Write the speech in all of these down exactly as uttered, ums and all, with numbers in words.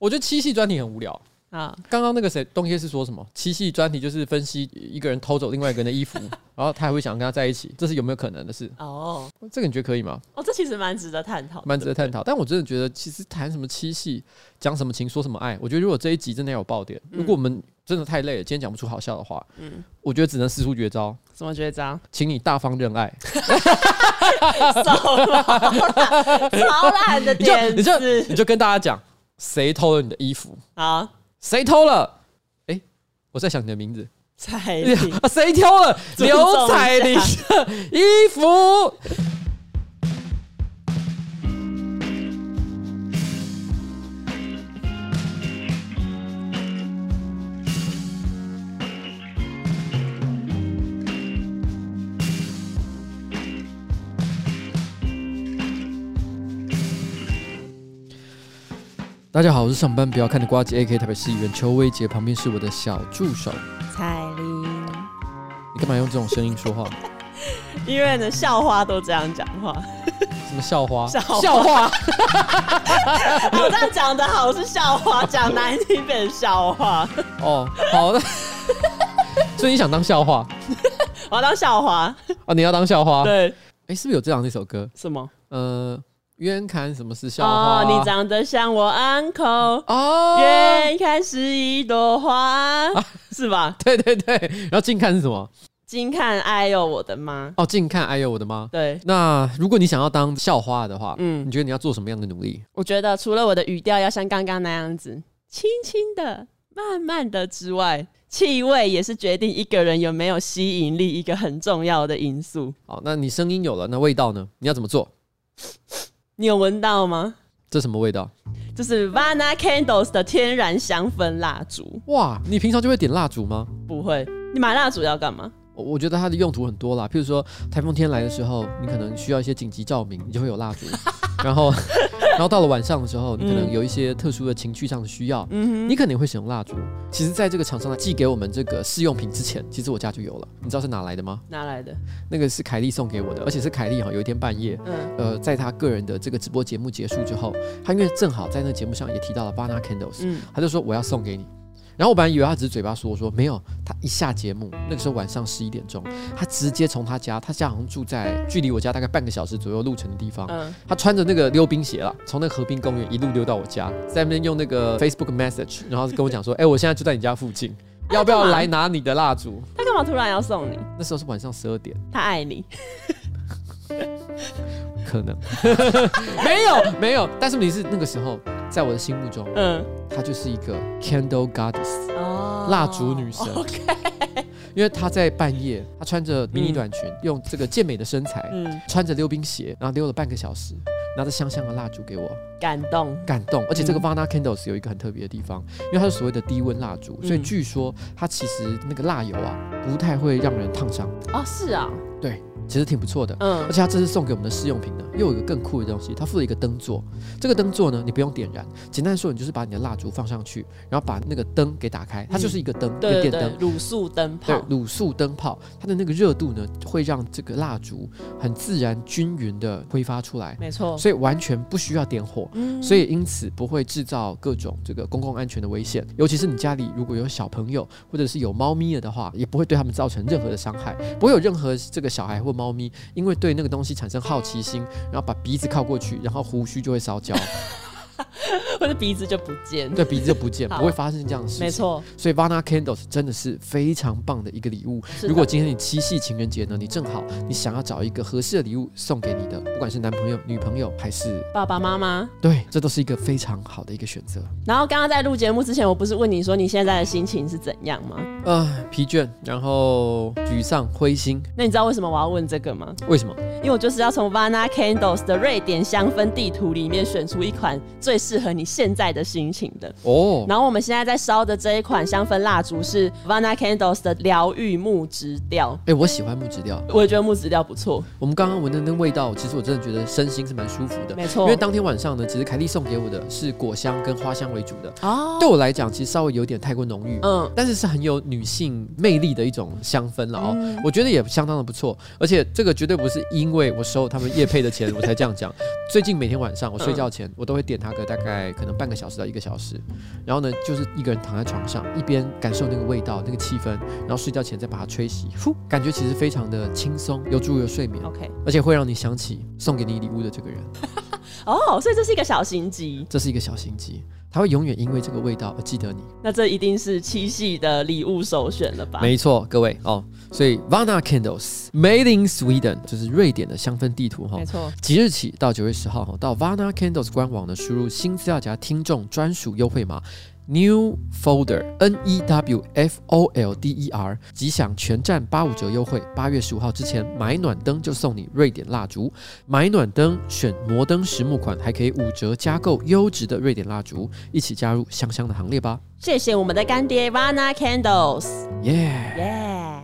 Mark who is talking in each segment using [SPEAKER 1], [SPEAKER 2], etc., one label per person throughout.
[SPEAKER 1] 我觉得七夕专题很无聊
[SPEAKER 2] 啊。
[SPEAKER 1] 刚刚那个谁东西是说什么？七夕专题就是分析一个人偷走另外一个人的衣服，然后他还会想跟他在一起，这是有没有可能的事？哦，这个你觉得可以吗？
[SPEAKER 2] 哦，这其实蛮值得探讨，
[SPEAKER 1] 蛮值得探讨。但我真的觉得，其实谈什么七夕，讲什么情，说什么爱，我觉得如果这一集真的要有爆点，嗯、如果我们真的太累了，今天讲不出好笑的话，嗯，我觉得只能使出绝招。
[SPEAKER 2] 什么绝招？
[SPEAKER 1] 请你大方认爱。
[SPEAKER 2] 超烂，超烂的点子。
[SPEAKER 1] 你就你就你就跟大家讲，谁偷了你的衣服？
[SPEAKER 2] 好，
[SPEAKER 1] 谁偷了？哎、欸，我在想你的名字。
[SPEAKER 2] 彩玲，
[SPEAKER 1] 谁偷了刘彩玲的衣服？大家好，我是上班不要看的呱吉 A K 台北市议员邱威杰，旁边是我的小助手
[SPEAKER 2] 彩玲。
[SPEAKER 1] 你干嘛用这种声音说话？
[SPEAKER 2] 因为呢，校花都这样讲话。
[SPEAKER 1] 什么校花？
[SPEAKER 2] 校花？
[SPEAKER 1] 校花
[SPEAKER 2] 我这样讲的好是校花，讲难听变成笑话。
[SPEAKER 1] 哦，好的。所以你想当校花？
[SPEAKER 2] 我要当校花。
[SPEAKER 1] 哦，你要当校花？
[SPEAKER 2] 对。
[SPEAKER 1] 哎、欸，是不是有这样一首歌？
[SPEAKER 2] 什么？
[SPEAKER 1] 呃。远看什么是校花？
[SPEAKER 2] 哦，你长得像我 uncle 哦，远看是一朵花，啊、是吧？
[SPEAKER 1] 对对对，然后近看是什么？
[SPEAKER 2] 近看，哎呦我的妈！
[SPEAKER 1] 哦，近看，哎呦我的妈！
[SPEAKER 2] 对，
[SPEAKER 1] 那如果你想要当校花的话，嗯，你觉得你要做什么样的努力？
[SPEAKER 2] 我觉得除了我的语调要像刚刚那样子，轻轻的、慢慢的之外，气味也是决定一个人有没有吸引力一个很重要的因素。
[SPEAKER 1] 好，那你声音有了，那味道呢？你要怎么做？
[SPEAKER 2] 你有闻到吗？
[SPEAKER 1] 这什么味道？
[SPEAKER 2] 这是 Vana Candles 的天然香氛蜡烛。
[SPEAKER 1] 哇，你平常就会点蜡烛吗？
[SPEAKER 2] 不会。你买蜡烛要干嘛？
[SPEAKER 1] 我觉得它的用途很多啦，譬如说台风天来的时候，你可能需要一些紧急照明，你就会有蜡烛。然后，然后到了晚上的时候，你可能有一些特殊的情绪上的需要，嗯、你可能会使用蜡烛。其实，在这个厂商寄给我们这个试用品之前，其实我家就有了。你知道是哪来的吗？
[SPEAKER 2] 哪来的？那
[SPEAKER 1] 个是凯莉送给我的，而且是凯莉哈，有一天半夜，嗯、呃，在他个人的这个直播节目结束之后，他因为正好在那个节目上也提到了 Vana Candles，嗯、他就说我要送给你。然后我本来以为他只是嘴巴说，我说没有，他一下节目，那个时候晚上十一点钟，他直接从他家，他家好像住在距离我家大概半个小时左右路程的地方，嗯、他穿着那个溜冰鞋啦，从那个河滨公园一路溜到我家，在那边用那个 Facebook Message， 然后跟我讲说，哎、欸，我现在就在你家附近，要不要来拿你的蜡烛？
[SPEAKER 2] 他干嘛突然要送你？
[SPEAKER 1] 那时候是晚上十二点，
[SPEAKER 2] 他爱你。
[SPEAKER 1] 可能没有没有，但是问题是那个时候，在我的心目中，嗯，她就是一个 candle goddess， 哦，蜡烛女神。
[SPEAKER 2] OK，
[SPEAKER 1] 因为她在半夜，她穿着迷你短裙，嗯、用这个健美的身材，嗯、穿着溜冰鞋，然后溜了半个小时，拿着香香的蜡烛给我，
[SPEAKER 2] 感动，
[SPEAKER 1] 感动。而且这个 Vana Candles 有一个很特别的地方，因为它是所谓的低温蜡烛，嗯、所以据说它其实那个蜡油啊，不太会让人烫伤。
[SPEAKER 2] 哦，是啊，
[SPEAKER 1] 对。其实挺不错的，嗯，而且它这次送给我们的试用品呢，又有一个更酷的东西，它附了一个灯座。这个灯座呢，你不用点燃，简单说，你就是把你的蜡烛放上去，然后把那个灯给打开，它就是一个灯，嗯、一个电灯，
[SPEAKER 2] 卤素灯泡。
[SPEAKER 1] 对，卤素灯泡，它的那个热度呢，会让这个蜡烛很自然均匀的挥发出来，
[SPEAKER 2] 没错，
[SPEAKER 1] 所以完全不需要点火，嗯、所以因此不会制造各种这个公共安全的危险，尤其是你家里如果有小朋友或者是有猫咪了的话，也不会对他们造成任何的伤害，不会有任何这个小孩或猫咪因为对那个东西产生好奇心，然后把鼻子靠过去，然后胡须就会烧焦。
[SPEAKER 2] 或者鼻子就不见，
[SPEAKER 1] 对，鼻子就不见，不会发生这样的事情。
[SPEAKER 2] 没错，
[SPEAKER 1] 所以 Vana Candles 真的是非常棒的一个礼物。如果今天你七夕情人节呢，你正好你想要找一个合适的礼物送给你的，不管是男朋友、女朋友还是
[SPEAKER 2] 爸爸妈妈，
[SPEAKER 1] 对，这都是一个非常好的一个选择。
[SPEAKER 2] 然后刚刚在录节目之前，我不是问你说你现在的心情是怎样吗？
[SPEAKER 1] 呃，疲倦，然后沮丧、灰心。
[SPEAKER 2] 那你知道为什么我要问这个吗？
[SPEAKER 1] 为什么？
[SPEAKER 2] 因为我就是要从 Vana Candles 的瑞典香氛地图里面选出一款最适合你现在的心情的哦。然后我们现在在烧的这一款香氛蜡烛是 Vana Candles 的疗愈木质调。
[SPEAKER 1] 哎、欸，我喜欢木质调，
[SPEAKER 2] 我也觉得木质调不错。
[SPEAKER 1] 我们刚刚闻的那味道，其实我真的觉得身心是蛮舒服的。
[SPEAKER 2] 没错，
[SPEAKER 1] 因为当天晚上呢，其实凯莉送给我的是果香跟花香为主的。哦，对我来讲，其实稍微有点太过浓郁，嗯，但是是很有女性魅力的一种香氛了哦。嗯、我觉得也相当的不错，而且这个绝对不是因为我收他们业配的钱我才这样讲。最近每天晚上我睡觉前、嗯、我都会点它个大概可能半个小时到一个小时，然后呢就是一个人躺在床上，一边感受那个味道那个气氛，然后睡觉前再把它吹熄，呼，感觉其实非常的轻松，有助于睡眠。
[SPEAKER 2] OK，
[SPEAKER 1] 而且会让你想起送给你礼物的这个人。
[SPEAKER 2] 哦，所以这是一个小心机，
[SPEAKER 1] 这是一个小心机，他会永远因为这个味道而记得你。
[SPEAKER 2] 那这一定是七夕的礼物首选了吧？
[SPEAKER 1] 没错，各位哦，所以 Vana Candles Made in Sweden 就是瑞典的香氛地图哈。
[SPEAKER 2] 没错，
[SPEAKER 1] 即日起到九月十号到 Vana Candles 官网呢，输入新资料夹听众专属优惠码。New Folder N E W F O L D E R 即享全站八五折优惠，八月十五号之前买暖灯就送你瑞典蜡烛，买暖灯选摩登实木款，还可以五折加购优质的瑞典蜡烛，一起加入香香的行列吧。
[SPEAKER 2] 谢谢我们的干爹 Vana Candles，
[SPEAKER 1] 耶
[SPEAKER 2] 耶！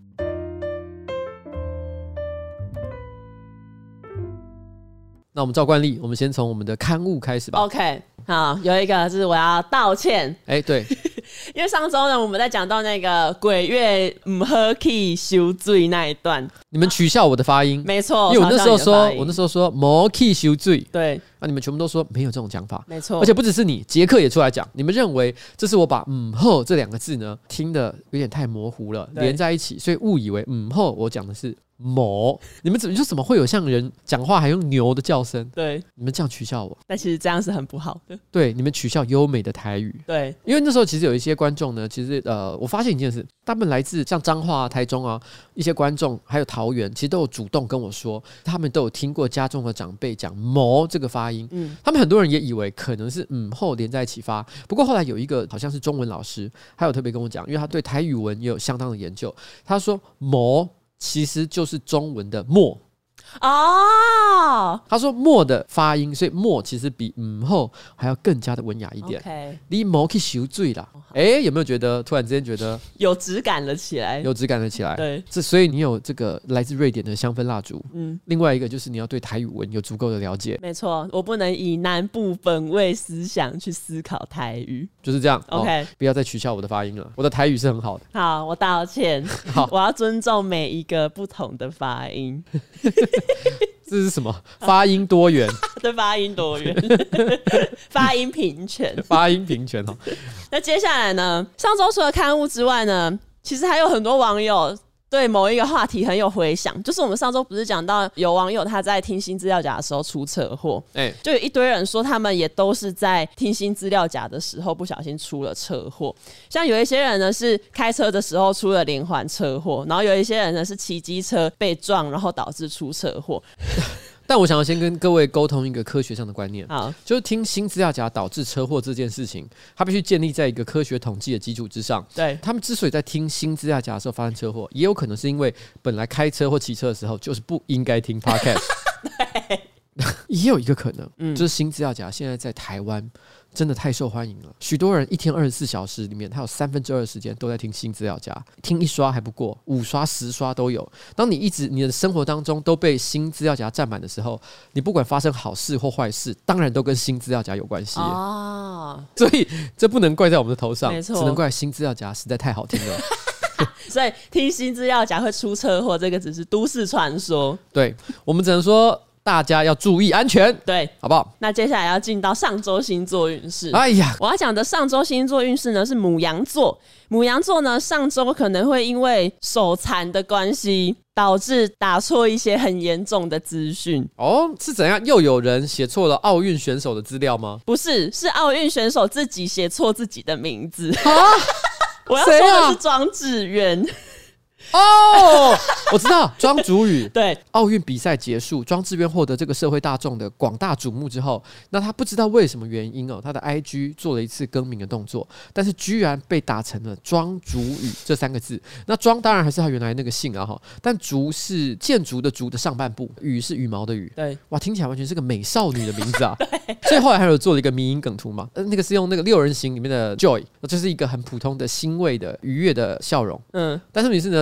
[SPEAKER 1] 那我们照惯例，我们先从我们的刊物开始吧。
[SPEAKER 2] OK， 好，有一个就是我要道歉。
[SPEAKER 1] 哎、欸，对，
[SPEAKER 2] 因为上周呢，我们在讲到那个鬼月唔好去修水那一段，
[SPEAKER 1] 你们取笑我的发音，
[SPEAKER 2] 没错，
[SPEAKER 1] 因为我那时候说，我那时候说冇去修水，
[SPEAKER 2] 对，
[SPEAKER 1] 那、啊、你们全部都说没有这种讲法，
[SPEAKER 2] 没错，
[SPEAKER 1] 而且不只是你，杰克也出来讲，你们认为这是我把嗯后这两个字呢听得有点太模糊了，连在一起，所以误以为嗯后我讲的是某，你们怎么就怎么会有像人讲话还用牛的叫声？
[SPEAKER 2] 对，
[SPEAKER 1] 你们这样取笑我，
[SPEAKER 2] 但其实这样是很不好的。
[SPEAKER 1] 对，你们取笑优美的台语。
[SPEAKER 2] 对，
[SPEAKER 1] 因为那时候其实有一些观众呢，其实呃，我发现一件事，他们来自像彰化啊、台中啊一些观众，还有桃园，其实都有主动跟我说，他们都有听过家中的长辈讲某这个发音，嗯，他们很多人也以为可能是嗯后连在一起发，不过后来有一个好像是中文老师，他有特别跟我讲，因为他对台语文也有相当的研究，他说某其实就是中文的末哦，他说末的发音，所以末其实比嗯后还要更加的文雅一点。
[SPEAKER 2] Okay.
[SPEAKER 1] 你莫去修水啦，哎、欸，有没有觉得突然之间觉得
[SPEAKER 2] 有质感了起来？
[SPEAKER 1] 有质感了起来。
[SPEAKER 2] 对，
[SPEAKER 1] 这所以你有这个来自瑞典的香氛蜡烛，嗯，另外一个就是你要对台语文有足够的了解。
[SPEAKER 2] 没错，我不能以南部本位思想去思考台语，
[SPEAKER 1] 就是这样。
[SPEAKER 2] OK，、
[SPEAKER 1] 哦、不要再取笑我的发音了，我的台语是很好的。
[SPEAKER 2] 好，我道歉。好，我要尊重每一个不同的发音。
[SPEAKER 1] 这是什么？发音多元？
[SPEAKER 2] 对，发音多元，发音平权，
[SPEAKER 1] 发音平权哦。
[SPEAKER 2] 那接下来呢？上周除了刊物之外呢，其实还有很多网友对某一个话题很有回响，就是我们上周不是讲到有网友他在听新资料夹的时候出车祸，欸、就有一堆人说他们也都是在听新资料夹的时候不小心出了车祸，像有一些人呢是开车的时候出了连环车祸，然后有一些人呢是骑机车被撞然后导致出车祸。
[SPEAKER 1] 但我想要先跟各位沟通一个科学上的观念，
[SPEAKER 2] 好，
[SPEAKER 1] 就是听新资料夹导致车祸这件事情，它必须建立在一个科学统计的基础之上。
[SPEAKER 2] 对，
[SPEAKER 1] 他们之所以在听新资料夹的时候发生车祸，也有可能是因为本来开车或骑车的时候就是不应该听 podcast。对，也有一个可能，嗯、就是新资料夹现在在台湾真的太受欢迎了，许多人一天二十四小时里面，他有三分之二的时间都在听新资料夹，听一刷还不过，五刷、十刷都有。当你一直你的生活当中都被新资料夹占满的时候，你不管发生好事或坏事，当然都跟新资料夹有关系哦。所以这不能怪在我们的头上，只能怪新资料夹实在太好听了。
[SPEAKER 2] 所以听新资料夹会出车祸，这个只是都市传说。
[SPEAKER 1] 对，我们只能说大家要注意安全，
[SPEAKER 2] 对，
[SPEAKER 1] 好不好？
[SPEAKER 2] 那接下来要进到上周星座运势。
[SPEAKER 1] 哎呀，
[SPEAKER 2] 我要讲的上周星座运势呢是牡羊座。牡羊座呢，上周可能会因为手残的关系，导致打错一些很严重的资讯。
[SPEAKER 1] 哦，是怎样？又有人写错了奥运选手的资料吗？
[SPEAKER 2] 不是，是奥运选手自己写错自己的名字。啊我要说的是庄智渊。
[SPEAKER 1] 哦，我知道庄主宇。
[SPEAKER 2] 对，
[SPEAKER 1] 奥运比赛结束，庄智渊获得这个社会大众的广大瞩目之后，那他不知道为什么原因哦，他的 I G 做了一次更名的动作，但是居然被打成了庄主宇这三个字。那庄当然还是他原来那个姓啊哈，但竹是建筑的竹的上半部，羽是羽毛的羽。
[SPEAKER 2] 对，
[SPEAKER 1] 哇，听起来完全是个美少女的名字啊。所以后来还有做了一个迷因梗图嘛，呃，那个是用那个六人行里面的 Joy， 就是一个很普通的欣慰的愉悦的笑容。嗯，但是问题是呢，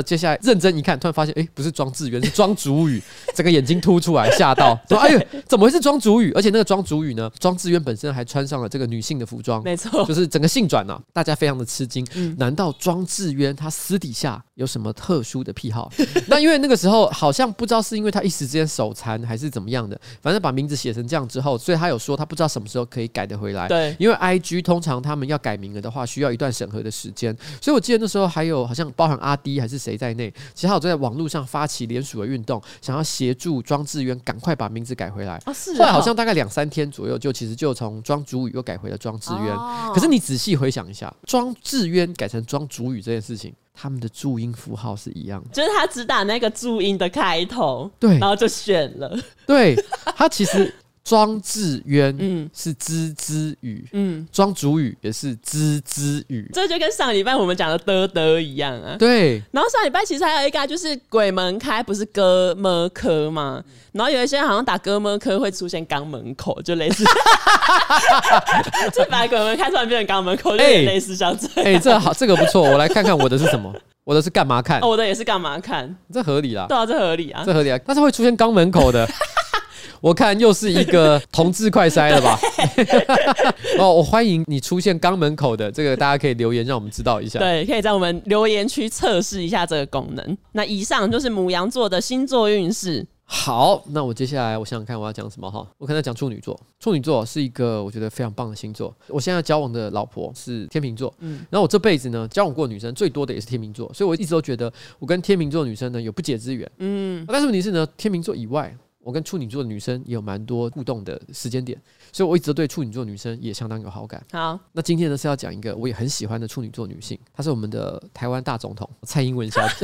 [SPEAKER 1] 接下来认真一看，突然发现，哎，不是庄智渊，是庄主宇，整个眼睛凸出来，吓到，说：“哎呦，怎么会是庄主宇？而且那个庄主宇呢，庄智渊本身还穿上了这个女性的服装，
[SPEAKER 2] 没错，
[SPEAKER 1] 就是整个性转啊，大家非常的吃惊。嗯、难道庄智渊他私底下有什么特殊的癖好？那因为那个时候好像不知道是因为他一时之间手残还是怎么样的，反正把名字写成这样之后，所以他有说他不知道什么时候可以改得回来。
[SPEAKER 2] 对，
[SPEAKER 1] 因为 I G 通常他们要改名了的话，需要一段审核的时间，所以我记得那时候还有好像包含阿滴还是谁在内，其实他有在网络上发起联署的运动，想要协助庄智渊赶快把名字改回来。
[SPEAKER 2] 哦是哦，
[SPEAKER 1] 后来好像大概两三天左右，就其实就从庄主宇又改回了庄智渊。哦、可是你仔细回想一下，庄智渊改成庄主宇这件事情，他们的注音符号是一样的，
[SPEAKER 2] 就是他只打那个注音的开头，
[SPEAKER 1] 对，
[SPEAKER 2] 然后就选了。
[SPEAKER 1] 对，他其实。庄智渊是滋滋语，嗯，庄主语也是滋滋语，
[SPEAKER 2] 这就跟上礼拜我们讲的的的一样啊。
[SPEAKER 1] 对，
[SPEAKER 2] 然后上礼拜其实还有一个就是鬼门开，不是哥么科吗？然后有一些人好像打哥么科会出现肛门口，就类似，这把鬼门开突然变成肛门口，就有点类似像这样。
[SPEAKER 1] 哎、欸，这好，这个不错，我来看看我的是什么。我的是干嘛看？
[SPEAKER 2] 哦，我的也是干嘛看？
[SPEAKER 1] 这合理啦。
[SPEAKER 2] 对啊，这合理啊，
[SPEAKER 1] 这合理啊。但是会出现肛门口的。我看又是一个同志快筛了吧？哦，我欢迎你出现肛门口的这个，大家可以留言让我们知道一下。
[SPEAKER 2] 对，可以在我们留言区测试一下这个功能。那以上就是牡羊座的星座运势。
[SPEAKER 1] 好，那我接下来我想想看我要讲什么哈。我可能讲处女座，处女座是一个我觉得非常棒的星座。我现在交往的老婆是天秤座，嗯，然后我这辈子呢交往过的女生最多的也是天秤座，所以我一直都觉得我跟天秤座的女生呢有不解之缘，嗯，但是问题是呢，天秤座以外。我跟处女座的女生也有蛮多互动的时间点，所以我一直都对处女座女生也相当有好感。
[SPEAKER 2] 好，
[SPEAKER 1] 那今天呢是要讲一个我也很喜欢的处女座女性，她是我们的台湾大总统蔡英文小姐。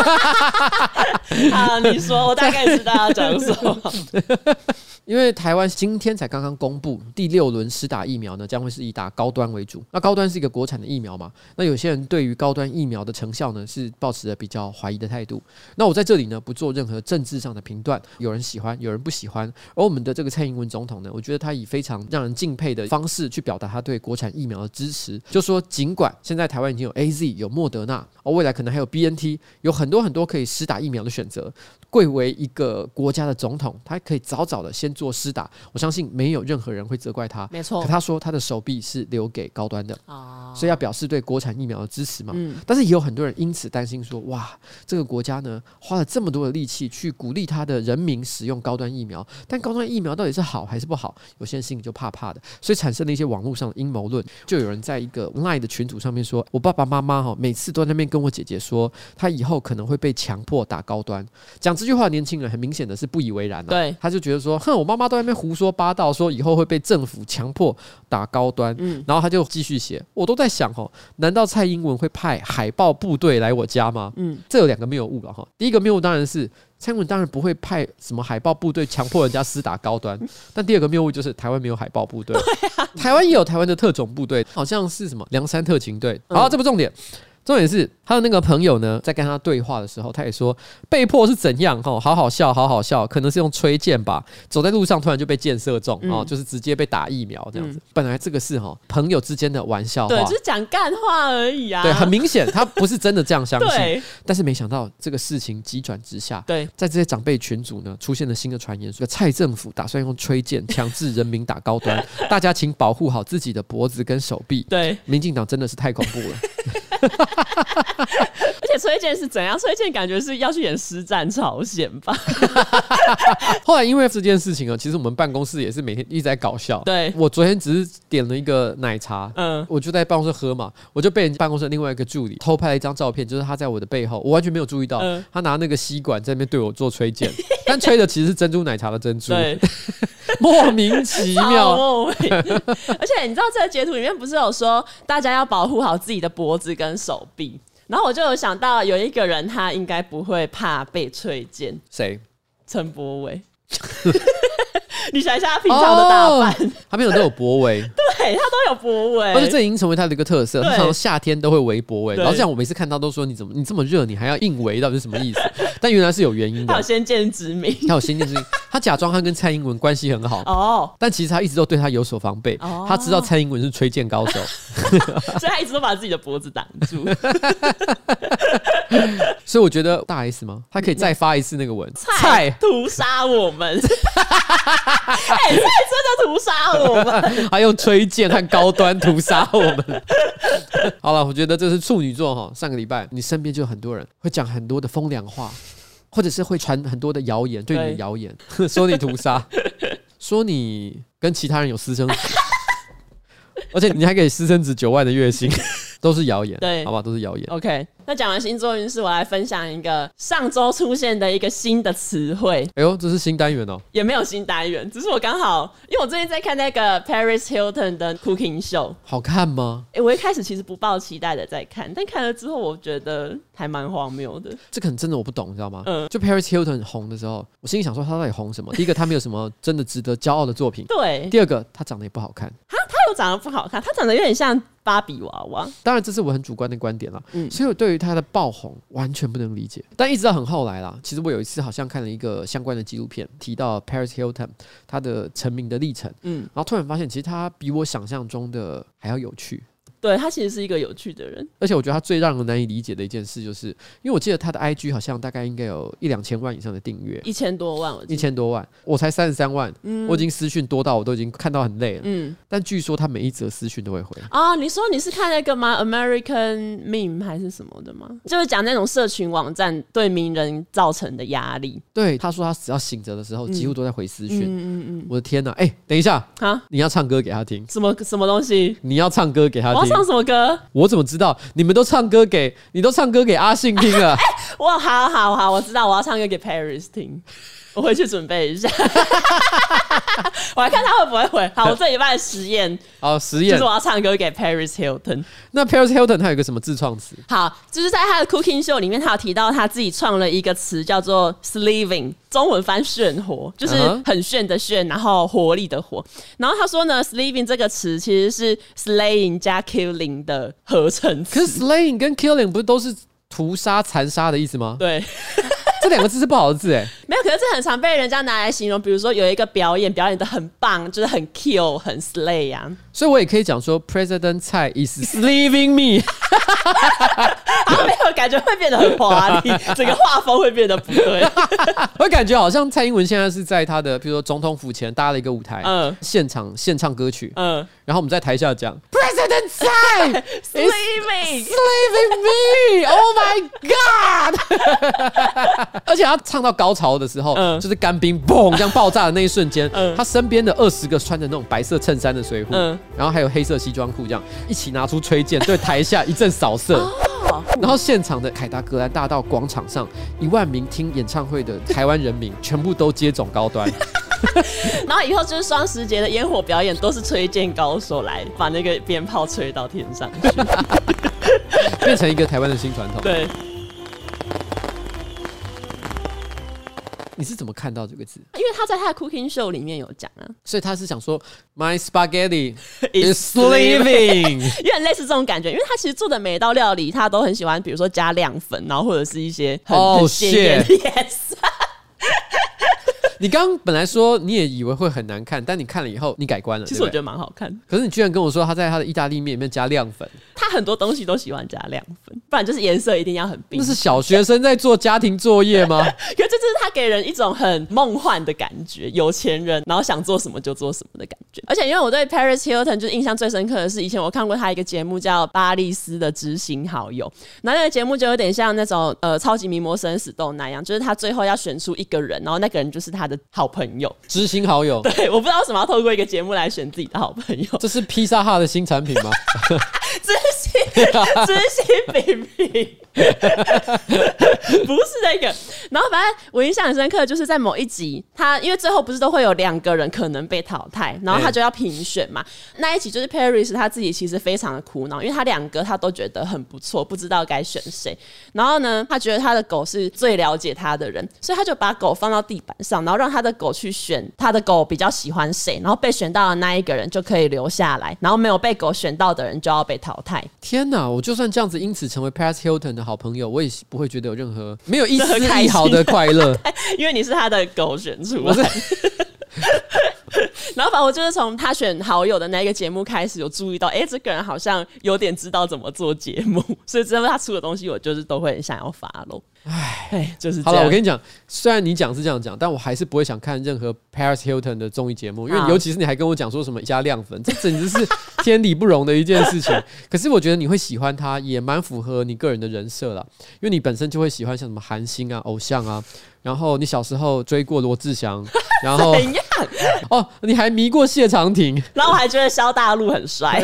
[SPEAKER 2] 好，你说，我大概知道要讲什么。
[SPEAKER 1] 因为台湾今天才刚刚公布第六轮施打疫苗呢，将会是以打高端为主。那高端是一个国产的疫苗嘛？那有些人对于高端疫苗的成效呢，是抱持着比较怀疑的态度。那我在这里呢，不做任何政治上的评断，有人喜欢，有人不喜欢。而我们的这个蔡英文总统呢，我觉得他以非常让人敬佩的方式去表达他对国产疫苗的支持，就说尽管现在台湾已经有 A Z 有莫德纳，而未来可能还有 B N T， 有很多很多可以施打疫苗的选择。贵为一个国家的总统，他可以早早的先做施打，我相信没有任何人会责怪他。
[SPEAKER 2] 没错，
[SPEAKER 1] 可他说他的手臂是留给高端的，哦、所以要表示对国产疫苗的支持嘛。嗯、但是也有很多人因此担心说，哇，这个国家呢花了这么多的力气去鼓励他的人民使用高端疫苗，但高端疫苗到底是好还是不好？有些人心里就怕怕的，所以产生了一些网络上的阴谋论。就有人在一个 LINE 的群组上面说，我爸爸妈妈每次都在那边跟我姐姐说，他以后可能会被强迫打高端。讲这句话的年轻人很明显的是不以为然、啊、
[SPEAKER 2] 对，
[SPEAKER 1] 他就觉得说，哼，我妈妈都在那边胡说八道，说以后会被政府强迫打高端，嗯、然后他就继续写，我都在想哦，难道蔡英文会派海豹部队来我家吗？嗯，这有两个谬误了哈。第一个谬误当然是蔡英文当然不会派什么海豹部队强迫人家施打高端，但第二个谬误就是台湾没有海豹部队，啊、台湾也有台湾的特种部队，好像是什么梁山特勤队。好，这不重点。重点是他的那个朋友呢，在跟他对话的时候，他也说被迫是怎样，好好笑，好好笑，可能是用吹箭吧，走在路上突然就被箭射中，嗯、就是直接被打疫苗这样子。嗯、本来这个是朋友之间的玩笑话，
[SPEAKER 2] 对，就是讲干话而已啊。
[SPEAKER 1] 对，很明显他不是真的这样相信。但是没想到这个事情急转直下，
[SPEAKER 2] 对，
[SPEAKER 1] 在这些长辈群组呢，出现了新的传言，说蔡政府打算用吹箭强制人民打高端，大家请保护好自己的脖子跟手臂。
[SPEAKER 2] 对，
[SPEAKER 1] 民进党真的是太恐怖了。
[SPEAKER 2] 而且崔健是怎样？崔健感觉是要去演师战朝鲜吧？
[SPEAKER 1] 后来因为这件事情啊，其实我们办公室也是每天一直在搞笑。
[SPEAKER 2] 对，
[SPEAKER 1] 我昨天只是点了一个奶茶，嗯，我就在办公室喝嘛，我就被办公室另外一个助理偷拍了一张照片，就是他在我的背后，我完全没有注意到，嗯、他拿那个吸管在那边对我做吹箭，但吹的其实是珍珠奶茶的珍珠。对。莫名其妙，
[SPEAKER 2] 而且你知道这个截图里面不是有说大家要保护好自己的脖子跟手臂，然后我就有想到有一个人他应该不会怕被吹箭，
[SPEAKER 1] 谁？
[SPEAKER 2] 陈柏惟。你想一下他平常的打扮，哦、
[SPEAKER 1] 他平常都有脖围，
[SPEAKER 2] 对他都有脖围，
[SPEAKER 1] 而且这已经成为他的一个特色。他常常夏天都会围脖围，然后这样我每次看到都说你怎么你这么热，你还要硬围，到底是什么意思？ 但原来是有原因的。
[SPEAKER 2] 他有先见之明，
[SPEAKER 1] 他有先见之明。他假装他跟蔡英文关系很好哦，但其实他一直都对他有所防备。哦、他知道蔡英文是吹剑高手，
[SPEAKER 2] 所以他一直都把自己的脖子挡住。
[SPEAKER 1] 所以我觉得大 S 吗？他可以再发一次那个文，
[SPEAKER 2] 蔡屠杀我们。哎、欸，蔡真的屠杀我们，
[SPEAKER 1] 还用吹剑和高端屠杀我们。好了，我觉得这是处女座哈。上个礼拜你身边就有很多人会讲很多的风凉话，或者是会传很多的谣言，对你的谣言，说你屠杀，说你跟其他人有私生子，而且你还给私生子九万的月薪。都是谣言，对，好不好？都是谣言。
[SPEAKER 2] OK， 那讲完星座运势，我来分享一个上周出现的一个新的词汇。
[SPEAKER 1] 哎呦，这是新单元哦！
[SPEAKER 2] 也没有新单元，只是我刚好，因为我最近在看那个 Paris Hilton 的 Cooking Show，
[SPEAKER 1] 好看吗？
[SPEAKER 2] 哎，我一开始其实不抱期待的在看，但看了之后，我觉得还蛮荒谬的。
[SPEAKER 1] 这可能真的我不懂，你知道吗？嗯，就 Paris Hilton 红的时候，我心里想说他到底红什么？第一个，他没有什么真的值得骄傲的作品。
[SPEAKER 2] 对。
[SPEAKER 1] 第二个，他长得也不好看。
[SPEAKER 2] 哈，他又长得不好看，他长得有点像芭比娃娃。
[SPEAKER 1] 当然这是我很主观的观点啦，嗯，所以我对于他的爆红完全不能理解。但一直到很后来啦，其实我有一次好像看了一个相关的纪录片，提到 Paris Hilton 他的成名的历程，嗯，然后突然发现其实他比我想象中的还要有趣。
[SPEAKER 2] 对，他其实是一个有趣的人，
[SPEAKER 1] 而且我觉得他最让人难以理解的一件事，就是因为我记得他的 I G 好像大概应该有一两千万以上的订阅，
[SPEAKER 2] 一千多万，
[SPEAKER 1] 一千多万，我才三十三万，嗯，我已经私讯多到我都已经看到很累了，嗯，但据说他每一则私讯都会回
[SPEAKER 2] 啊。你说你是看那个吗 ？American Meme 还是什么的吗？就是讲那种社群网站对名人造成的压力。
[SPEAKER 1] 对，他说他只要醒着的时候，几乎都在回私讯。嗯嗯嗯，我的天哪！哎、欸，等一下啊，你要唱歌给他听？
[SPEAKER 2] 什么什么东西？
[SPEAKER 1] 你要唱歌给他听？
[SPEAKER 2] 我要唱什么歌？
[SPEAKER 1] 我怎么知道？你们都唱歌给你都唱歌给阿信听了？
[SPEAKER 2] 欸、哇，好好好，我知道，我要唱歌给 Paris 听。我回去准备一下，我来看他会不会回。好，我这礼拜的实验，
[SPEAKER 1] 好实验，
[SPEAKER 2] 就是我要唱歌给 Paris Hilton。
[SPEAKER 1] 那 Paris Hilton 他有一个什么自创词？
[SPEAKER 2] 好，就是在他的 Cooking Show 里面，他有提到他自己创了一个词叫做 Slaving， 中文翻炫活，就是很炫的炫，然后活力的活。然后他说呢 ，Slaving 这个词其实是 slaying 加 killing 的合成词。
[SPEAKER 1] 可是 slaying 跟 killing 不是都是屠杀、残杀的意思吗？
[SPEAKER 2] 对。
[SPEAKER 1] 这两个字是不好的字哎，
[SPEAKER 2] 没有，可是这很常被人家拿来形容，比如说有一个表演，表演的很棒，就是很 kill 很 slay 啊。
[SPEAKER 1] 所以我也可以讲说 ，President 蔡 is slaving me，
[SPEAKER 2] 好，没有感觉会变得很华丽，整个画风会变得不对。
[SPEAKER 1] 我感觉好像蔡英文现在是在他的，比如说总统府前搭了一个舞台，嗯，现场现唱歌曲，嗯，然后我们在台下讲 President 蔡
[SPEAKER 2] slaving
[SPEAKER 1] slaving me，Oh my God！ 而且他唱到高潮的时候，嗯、就是干冰嘣这样爆炸的那一瞬间，嗯、他身边的二十个穿着那种白色衬衫的水壶，嗯、然后还有黑色西装裤，这样一起拿出吹剑，对台下一阵扫射。哦、然后现场的凯达格兰大道广场上，一万名听演唱会的台湾人民全部都接踵高端。
[SPEAKER 2] 然后以后就是双十节的烟火表演，都是吹剑高手来把那个鞭炮吹到天上去，
[SPEAKER 1] 变成一个台湾的新传统。
[SPEAKER 2] 对。
[SPEAKER 1] 你是怎么看到这个字？
[SPEAKER 2] 因为他在他的 Cooking Show 里面有讲啊，
[SPEAKER 1] 所以他是想说 My spaghetti is slaving，
[SPEAKER 2] 有点类似这种感觉。因为他其实做的每一道料理，他都很喜欢，比如说加亮粉，然后或者是一些很、oh, 很鲜艳的 yes。
[SPEAKER 1] 你刚刚本来说你也以为会很难看，但你看了以后你改观了。
[SPEAKER 2] 其实我觉得蛮好看。
[SPEAKER 1] 可是你居然跟我说他在他的意大利面里面加亮粉。
[SPEAKER 2] 他很多东西都喜欢加亮粉，不然就是颜色一定要很冰。
[SPEAKER 1] 那是小学生在做家庭作业吗？
[SPEAKER 2] 可是这就是他给人一种很梦幻的感觉，有钱人然后想做什么就做什么的感觉。而且因为我对 Paris Hilton 就是印象最深刻的是，以前我看过他一个节目叫《巴利斯的知心好友》，然后那个节目就有点像那种呃超级名模生死斗那样，就是他最后要选出一个人，然后那个人就是他的好朋友。
[SPEAKER 1] 知心好友，
[SPEAKER 2] 对，我不知道为什么要透过一个节目来选自己的好朋友。
[SPEAKER 1] 这是披萨哈的新产品吗？
[SPEAKER 2] 知心知心饼饼，不是那个。然后反正我印象很深刻，就是在某一集，他因为最后不是都会有两个人可能被淘汰，然后他就要评选嘛。欸、那一集就是 Paris 他自己其实非常的苦恼，因为他两个他都觉得很不错，不知道该选谁。然后呢，他觉得他的狗是最了解他的人，所以他就把狗放到地板上，然后让他的狗去选他的狗比较喜欢谁，然后被选到的那一个人就可以留下来，然后没有被狗选到的人就要被淘汰。
[SPEAKER 1] 天哪！我就算这样子，因此成为 Paris Hilton 的好朋友，我也不会觉得有任何没有一丝一毫的快乐，
[SPEAKER 2] 因为你是他的狗选出来。然后反正我就是从他选好友的那个节目开始有注意到，哎，这个人好像有点知道怎么做节目，所以之后他出的东西我就是都会很想要 follow。哎，就是这样。
[SPEAKER 1] 好了，我跟你讲，虽然你讲是这样讲，但我还是不会想看任何 Paris Hilton 的综艺节目，因为尤其是你还跟我讲说什么加亮粉，这简直是天理不容的一件事情。可是我觉得你会喜欢他，也蛮符合你个人的人设啦，因为你本身就会喜欢像什么韩星啊、偶像啊，然后你小时候追过罗志祥，然后
[SPEAKER 2] 怎样？
[SPEAKER 1] 哦，你还迷过谢长廷，
[SPEAKER 2] 然后我还觉得萧大陆很帅。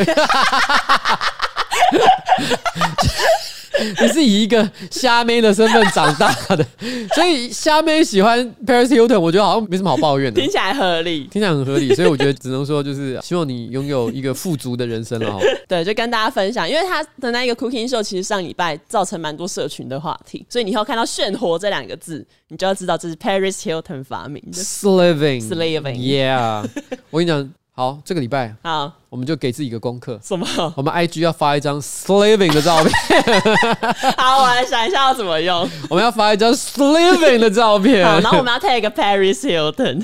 [SPEAKER 1] 你是以一个虾妹的身份长大的，所以虾妹喜欢 Paris Hilton， 我觉得好像没什么好抱怨的，
[SPEAKER 2] 听起来合理，
[SPEAKER 1] 听起来很合理，所以我觉得只能说就是希望你拥有一个富足的人生了。
[SPEAKER 2] 对，就跟大家分享，因为他的那一个 Cooking Show 其实上礼拜造成蛮多社群的话题，所以你以后看到炫活这两个字，你就要知道这是 Paris Hilton 发明的
[SPEAKER 1] Slaving
[SPEAKER 2] Slaving
[SPEAKER 1] Yeah 我跟你讲，好，这个礼拜
[SPEAKER 2] 好，
[SPEAKER 1] 我们就给自己一个功课。
[SPEAKER 2] 什么？
[SPEAKER 1] 我们 I G 要发一张 Slaving 的照片。
[SPEAKER 2] 好，我来想一下要怎么用。
[SPEAKER 1] 我们要发一张 Slaving 的照片。
[SPEAKER 2] 好，然后我们要 tag 一个 Paris Hilton。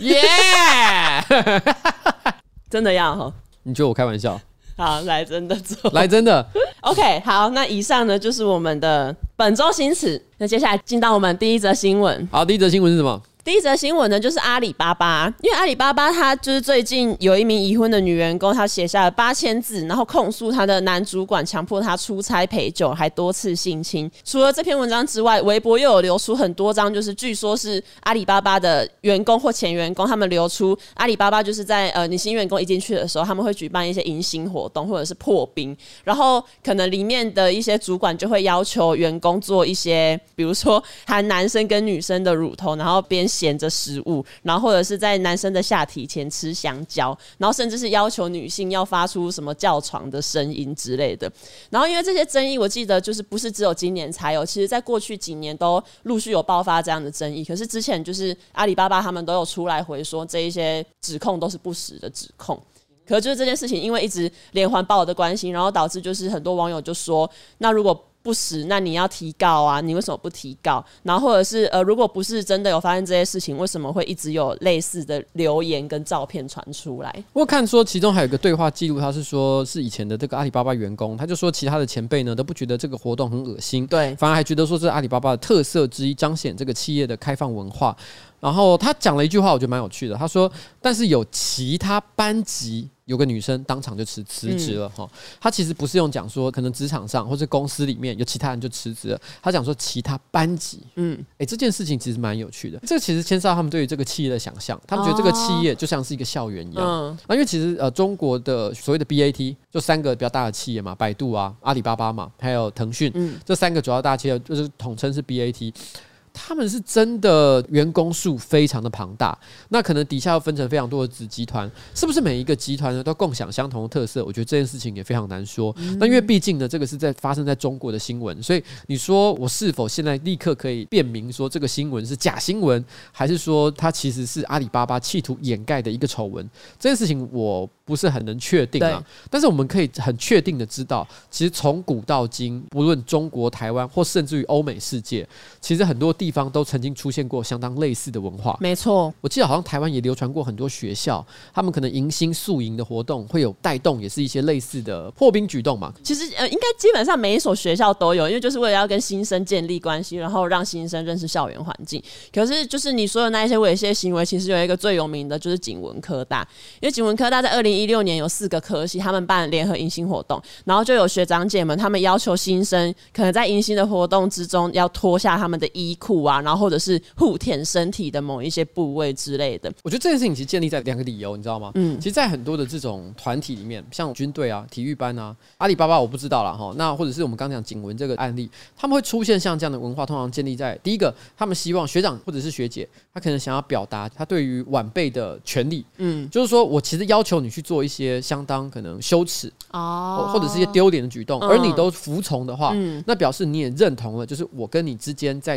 [SPEAKER 1] Yeah
[SPEAKER 2] 真的要齁？
[SPEAKER 1] 你觉得我开玩笑？
[SPEAKER 2] 好，来真的做，
[SPEAKER 1] 来真的。
[SPEAKER 2] OK， 好，那以上呢就是我们的本周新词。那接下来进到我们第一则新闻。
[SPEAKER 1] 好，第一则新闻是什么？
[SPEAKER 2] 第一则新闻呢，就是阿里巴巴，因为阿里巴巴它就是最近有一名已婚的女员工，她写下了八千字，然后控诉她的男主管强迫她出差陪酒，还多次性侵。除了这篇文章之外，微博又有流出很多张，就是据说是阿里巴巴的员工或前员工，他们流出阿里巴巴就是在呃你新员工一进去的时候，他们会举办一些迎新活动或者是破冰，然后可能里面的一些主管就会要求员工做一些，比如说含男生跟女生的乳头，然后边衔着食物，然后或者是在男生的下体前吃香蕉，然后甚至是要求女性要发出什么叫床的声音之类的。然后因为这些争议，我记得就是不是只有今年才有，其实在过去几年都陆续有爆发这样的争议。可是之前就是阿里巴巴他们都有出来回说，这一些指控都是不实的指控。可是就是这件事情，因为一直连环爆的关系，然后导致就是很多网友就说，那如果不实，那你要提告啊，你为什么不提告？然后或者是呃，如果不是真的有发生这些事情，为什么会一直有类似的留言跟照片传出来？
[SPEAKER 1] 我看说其中还有一个对话记录，他是说是以前的这个阿里巴巴员工，他就说其他的前辈呢都不觉得这个活动很恶心，
[SPEAKER 2] 对，
[SPEAKER 1] 反而还觉得说这是阿里巴巴的特色之一，彰显这个企业的开放文化。然后他讲了一句话，我觉得蛮有趣的。他说：“但是有其他班级有个女生当场就辞辞职了哈。嗯”他其实不是用讲说可能职场上或是公司里面有其他人就辞职了，他讲说其他班级。嗯，哎、欸，这件事情其实蛮有趣的。这个其实牵涉到他们对于这个企业的想象，他们觉得这个企业就像是一个校园一样。哦、那因为其实呃中国的所谓的 B A T 就三个比较大的企业嘛，百度啊、阿里巴巴嘛，还有腾讯，嗯，这三个主要大企业就是统称是 B A T。他们是真的员工数非常的庞大，那可能底下要分成非常多的子集团，是不是每一个集团呢都共享相同的特色？我觉得这件事情也非常难说。嗯、那因为毕竟呢，这个是在发生在中国的新闻，所以你说我是否现在立刻可以辨明说这个新闻是假新闻，还是说它其实是阿里巴巴企图掩盖的一个丑闻？这件事情我不是很能确定啊。但是我们可以很确定的知道，其实从古到今，不论中国、台湾或甚至于欧美世界，其实很多地方都曾经出现过相当类似的文化。
[SPEAKER 2] 没错，
[SPEAKER 1] 我记得好像台湾也流传过很多学校，他们可能迎新宿营的活动会有带动，也是一些类似的破冰举动嘛。
[SPEAKER 2] 其实呃，应该基本上每一所学校都有，因为就是为了要跟新生建立关系，然后让新生认识校园环境。可是就是你说的那一些猥亵行为，其实有一个最有名的就是景文科大，因为景文科大在二零一六年有四个科系，他们办联合迎新活动，然后就有学长姐们他们要求新生可能在迎新的活动之中要脱下他们的衣裤啊，然后或者是护舔身体的某一些部位之类的。
[SPEAKER 1] 我觉得这件事情其实建立在两个理由，你知道吗？嗯，其实，在很多的这种团体里面，像军队啊、体育班啊、阿里巴巴我不知道啦哈，那或者是我们刚讲景文这个案例，他们会出现像这样的文化，通常建立在第一个，他们希望学长或者是学姐，他可能想要表达他对于晚辈的权利，嗯，就是说我其实要求你去做一些相当可能羞耻哦，或者是一些丢脸的举动，嗯、而你都服从的话，嗯、那表示你也认同了，就是我跟你之间在这个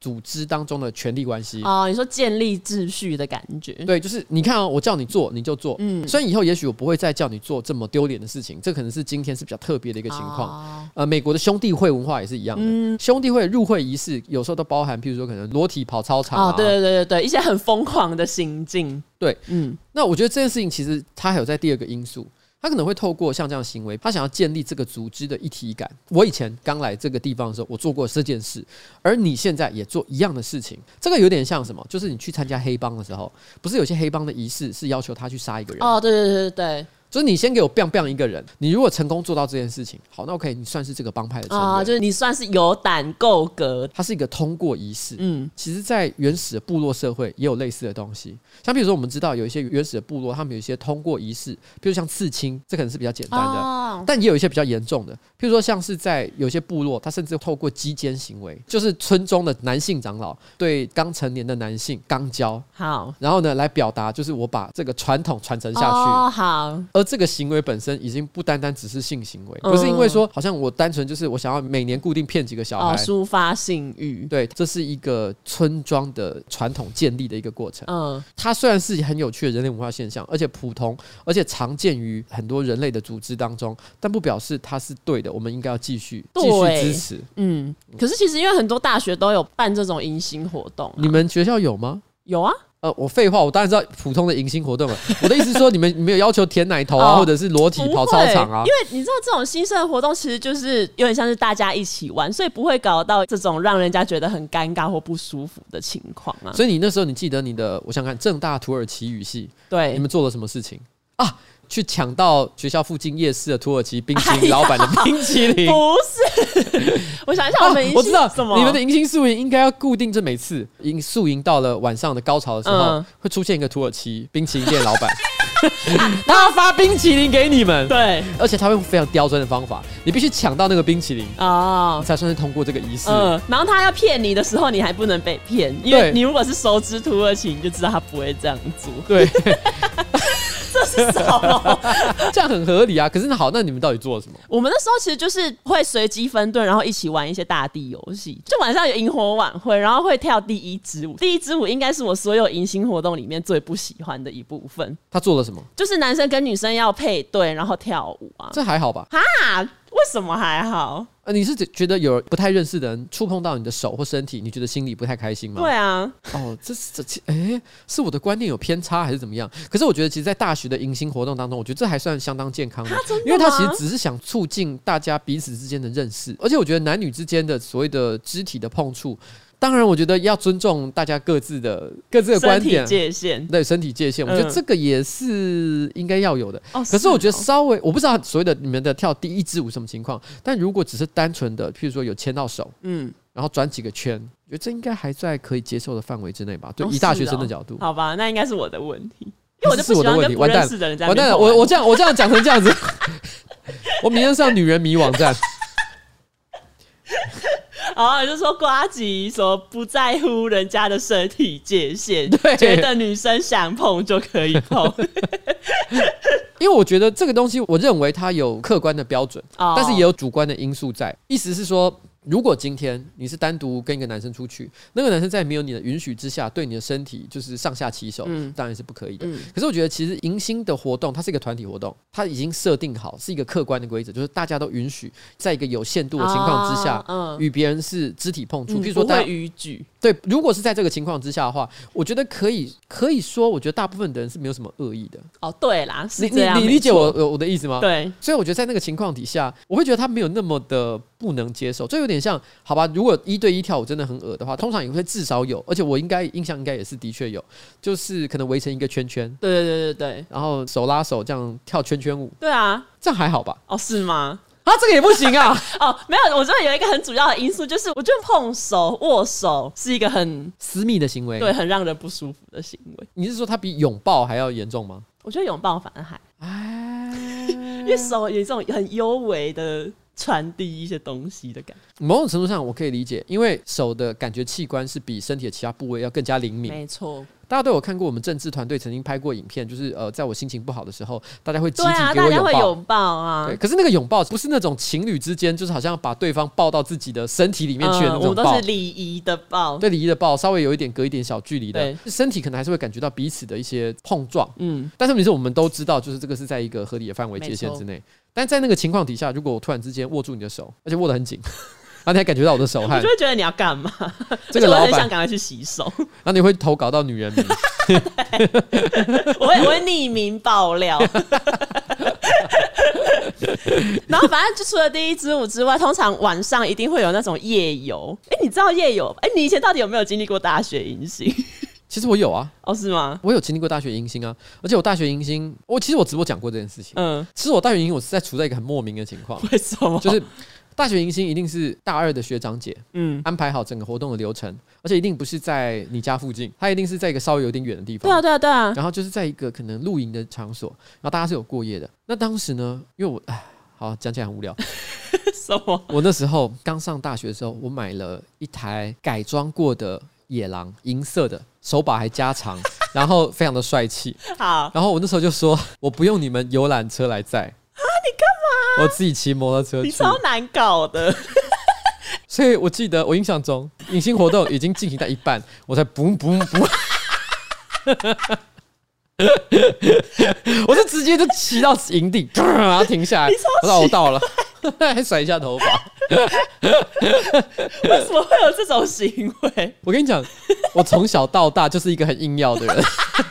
[SPEAKER 1] 组织当中的权力关系
[SPEAKER 2] 哦，你说建立秩序的感觉。
[SPEAKER 1] 对，就是你看哦，我叫你做你就做，嗯，虽然以后也许我不会再叫你做这么丢脸的事情，这可能是今天是比较特别的一个情况、哦、呃，美国的兄弟会文化也是一样的、嗯、兄弟会入会仪式有时候都包含譬如说可能裸体跑操场啊、
[SPEAKER 2] 哦、对对对对，一些很疯狂的行径。
[SPEAKER 1] 对，嗯，那我觉得这件事情其实它还有在第二个因素，他可能会透过像这样的行为，他想要建立这个组织的一体感。我以前刚来这个地方的时候，我做过这件事，而你现在也做一样的事情，这个有点像什么？就是你去参加黑帮的时候，不是有些黑帮的仪式是要求他去杀一个人？
[SPEAKER 2] 哦，对对对对。
[SPEAKER 1] 就是你先给我 biang biang 一个人，你如果成功做到这件事情，好，那 OK， 你算是这个帮派的成员、哦、
[SPEAKER 2] 就是你算是有胆够格。
[SPEAKER 1] 它是一个通过仪式。嗯，其实，在原始的部落社会也有类似的东西，像比如说我们知道有一些原始的部落，他们有一些通过仪式，比如像刺青，这可能是比较简单的、哦，但也有一些比较严重的，譬如说像是在有些部落，他甚至透过击奸行为，就是村中的男性长老对刚成年的男性肛交，好，然后呢来表达就是我把这个传统传承下去。哦，好，而这个行为本身已经不单单只是性行为，不是因为说好像我单纯就是我想要每年固定骗几个小孩，
[SPEAKER 2] 抒、哦、发性欲。
[SPEAKER 1] 对，这是一个村庄的传统建立的一个过程。嗯，它虽然是很有趣的人类文化现象，而且普通，而且常见于很多人类的组织当中，但不表示它是对的，我们应该要继续继续支持。
[SPEAKER 2] 嗯，可是其实因为很多大学都有办这种迎新活动、啊，
[SPEAKER 1] 你们学校有吗？
[SPEAKER 2] 有啊。
[SPEAKER 1] 呃，我废话，我当然知道普通的迎新活动了。我的意思是说，你们你们有要求舔奶头啊，哦、或者是裸体跑操场啊？
[SPEAKER 2] 因为你知道，这种新生的活动其实就是有点像是大家一起玩，所以不会搞到这种让人家觉得很尴尬或不舒服的情况啊。
[SPEAKER 1] 所以你那时候，你记得你的，我想看正大土耳其语系，对，你们做了什么事情啊？去抢到学校附近夜市的土耳其冰淇淋老板的冰淇淋？
[SPEAKER 2] 哎、不是，我想一下，我们、啊、
[SPEAKER 1] 我知道什么？你们的迎新宿营应该要固定，这每次迎宿营到了晚上的高潮的时候，嗯、会出现一个土耳其冰淇淋店老板，他要发冰淇淋给你们，
[SPEAKER 2] 对，
[SPEAKER 1] 而且他会用非常刁钻的方法，你必须抢到那个冰淇淋哦，你才算是通过这个仪式。
[SPEAKER 2] 嗯，然后他要骗你的时候，你还不能被骗，因为你如果是熟知土耳其，你就知道他不会这样做。
[SPEAKER 1] 对。
[SPEAKER 2] 这是什么？
[SPEAKER 1] 这样很合理啊！可是那好，那你们到底做了什么？
[SPEAKER 2] 我们那时候其实就是会随机分队，然后一起玩一些大地游戏。就晚上有萤火晚会，然后会跳第一支舞。第一支舞应该是我所有迎新活动里面最不喜欢的一部分。
[SPEAKER 1] 他做了什么？
[SPEAKER 2] 就是男生跟女生要配对，然后跳舞啊。
[SPEAKER 1] 这还好吧？
[SPEAKER 2] 哈，为什么还好？
[SPEAKER 1] 呃，你是觉得有不太认识的人触碰到你的手或身体，你觉得心里不太开心吗？
[SPEAKER 2] 对啊。
[SPEAKER 1] 哦，这是这哎、欸，是我的观念有偏差还是怎么样？可是我觉得，其实，在大学的迎新活动当中，我觉得这还算相当健康的，因为它其实只是想促进大家彼此之间的认识，而且我觉得男女之间的所谓的肢体的碰触。当然，我觉得要尊重大家各自的各自的观点、
[SPEAKER 2] 身体界限，
[SPEAKER 1] 对身体界限，我觉得这个也是应该要有的。
[SPEAKER 2] 嗯、
[SPEAKER 1] 可是我觉得稍微，我不知道所谓的你们的跳第一支舞什么情况，但如果只是单纯的，譬如说有牵到手，嗯，然后转几个圈，我觉得这应该还在可以接受的范围之内吧？对，以大学生的角度，
[SPEAKER 2] 哦、好吧，那应该是我的问题，因为我就不喜欢跟不认识的人在那边
[SPEAKER 1] 完蛋了，我我这样我这样讲成这样子，我明天上女人迷网站。
[SPEAKER 2] 然后就说呱吉说不在乎人家的身体界限，觉得女生想碰就可以碰。
[SPEAKER 1] 因为我觉得这个东西，我认为它有客观的标准，哦、但是也有主观的因素在。意思是说，如果今天你是单独跟一个男生出去，那个男生在没有你的允许之下对你的身体就是上下其手，嗯、当然是不可以的。嗯、可是我觉得其实迎新的活动它是一个团体活动，它已经设定好是一个客观的规则，就是大家都允许在一个有限度的情况之下，与别人是肢体碰触，
[SPEAKER 2] 嗯、
[SPEAKER 1] 譬如说
[SPEAKER 2] 不会逾矩。
[SPEAKER 1] 对，如果是在这个情况之下的话，我觉得可以可以说，我觉得大部分的人是没有什么恶意的。
[SPEAKER 2] 哦，对啦，是这样。
[SPEAKER 1] 你你理解我我的意思吗？
[SPEAKER 2] 对，
[SPEAKER 1] 所以我觉得在那个情况底下，我会觉得他没有那么的不能接受，这有点像，好吧？如果一对一跳舞真的很恶的话，通常也会至少有，而且我应该印象应该也是的确有，就是可能围成一个圈圈，
[SPEAKER 2] 对对对对对，
[SPEAKER 1] 然后手拉手这样跳圈圈舞。
[SPEAKER 2] 对啊，
[SPEAKER 1] 这样还好吧？
[SPEAKER 2] 哦，是吗？
[SPEAKER 1] 啊，这个也不行啊！
[SPEAKER 2] 哦，没有，我觉得有一个很主要的因素，就是我觉得碰手、握手是一个很
[SPEAKER 1] 私密的行为，
[SPEAKER 2] 对，很让人不舒服的行为。
[SPEAKER 1] 你是说它比拥抱还要严重吗？
[SPEAKER 2] 我觉得拥抱反而还，哎，因为手有一种很幽微的传递一些东西的感觉。
[SPEAKER 1] 某种程度上我可以理解，因为手的感觉器官是比身体的其他部位要更加灵敏，
[SPEAKER 2] 没错。
[SPEAKER 1] 大家都有看过我们政治团队曾经拍过影片，就是呃，在我心情不好的时候，大家会集体给我拥抱。对啊，大
[SPEAKER 2] 家会拥抱啊。
[SPEAKER 1] 对，可是那个拥抱不是那种情侣之间，就是好像把对方抱到自己的身体里面去的那种抱。嗯、我
[SPEAKER 2] 们都是礼仪的抱。
[SPEAKER 1] 对，礼仪的抱，稍微有一点隔一点小距离的，身体可能还是会感觉到彼此的一些碰撞。嗯，但是问题是我们都知道，就是这个是在一个合理的范围界限之内。但在那个情况底下，如果我突然之间握住你的手，而且握得很紧。然后你还感觉到我的手汗，
[SPEAKER 2] 我就会觉得你要干嘛？这个老板很想赶快去洗手。
[SPEAKER 1] 然后你会投稿到女人名，
[SPEAKER 2] 我会我会匿名爆料。然后反正就除了第一支舞之外，通常晚上一定会有那种夜游。哎，你知道夜游？哎，你以前到底有没有经历过大学迎新？
[SPEAKER 1] 其实我有啊。
[SPEAKER 2] 哦，是吗？
[SPEAKER 1] 我有经历过大学迎新啊，而且我大学迎新，我其实我直播讲过这件事情。嗯，其实我大学迎新，我是在处在一个很莫名的情况。
[SPEAKER 2] 为什么？
[SPEAKER 1] 就是大学迎新一定是大二的学长姐，嗯，安排好整个活动的流程，而且一定不是在你家附近，它一定是在一个稍微有点远的地方。
[SPEAKER 2] 对啊，对啊，对啊。
[SPEAKER 1] 然后就是在一个可能露营的场所，然后大家是有过夜的。那当时呢，因为我哎，好讲起来很无聊。
[SPEAKER 2] 什么？
[SPEAKER 1] 我那时候刚上大学的时候，我买了一台改装过的野狼，银色的，手把还加长，然后非常的帅气。
[SPEAKER 2] 好，
[SPEAKER 1] 然后我那时候就说，我不用你们游览车来载。
[SPEAKER 2] 啊！你干嘛？
[SPEAKER 1] 我自己骑摩托车去。
[SPEAKER 2] 你超难搞的。
[SPEAKER 1] 所以我记得，我印象中迎新活动已经进行到一半，我才嘣嘣嘣，我就直接就骑到营地，然后停下来。我说我到了，还甩一下头发。
[SPEAKER 2] 为什么会有这种行为？
[SPEAKER 1] 我跟你讲，我从小到大就是一个很硬要的人。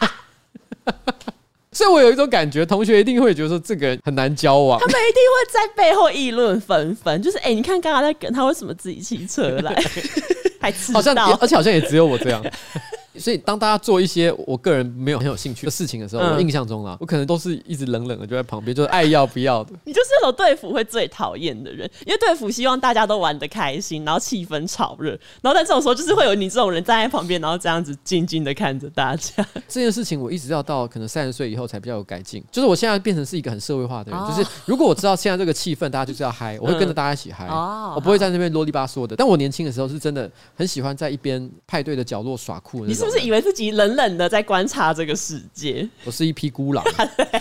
[SPEAKER 1] 所以我有一种感觉，同学一定会觉得说这个人很难交往，
[SPEAKER 2] 他们一定会在背后议论纷纷，就是哎、欸，你看刚刚在跟他为什么自己骑车来，还迟到，
[SPEAKER 1] 好像而且好像也只有我这样。所以当大家做一些我个人没有很有兴趣的事情的时候，嗯、我印象中啊，我可能都是一直冷冷的就在旁边，就是爱要不要的。
[SPEAKER 2] 你就是那种队服会最讨厌的人，因为队服希望大家都玩得开心，然后气氛炒热，然后在这种时候就是会有你这种人站在旁边，然后这样子静静的看着大家。
[SPEAKER 1] 这件事情我一直要到可能三十岁以后才比较有改进，就是我现在变成是一个很社会化的人，哦、就是如果我知道现在这个气氛大家就是要嗨，我会跟着大家一起嗨，嗯、我不会在那边啰里吧嗦的。但我年轻的时候是真的很喜欢在一边派对的角落耍酷的那种。
[SPEAKER 2] 你是不是以为自己冷冷的在观察这个世界？
[SPEAKER 1] 我是一匹孤狼。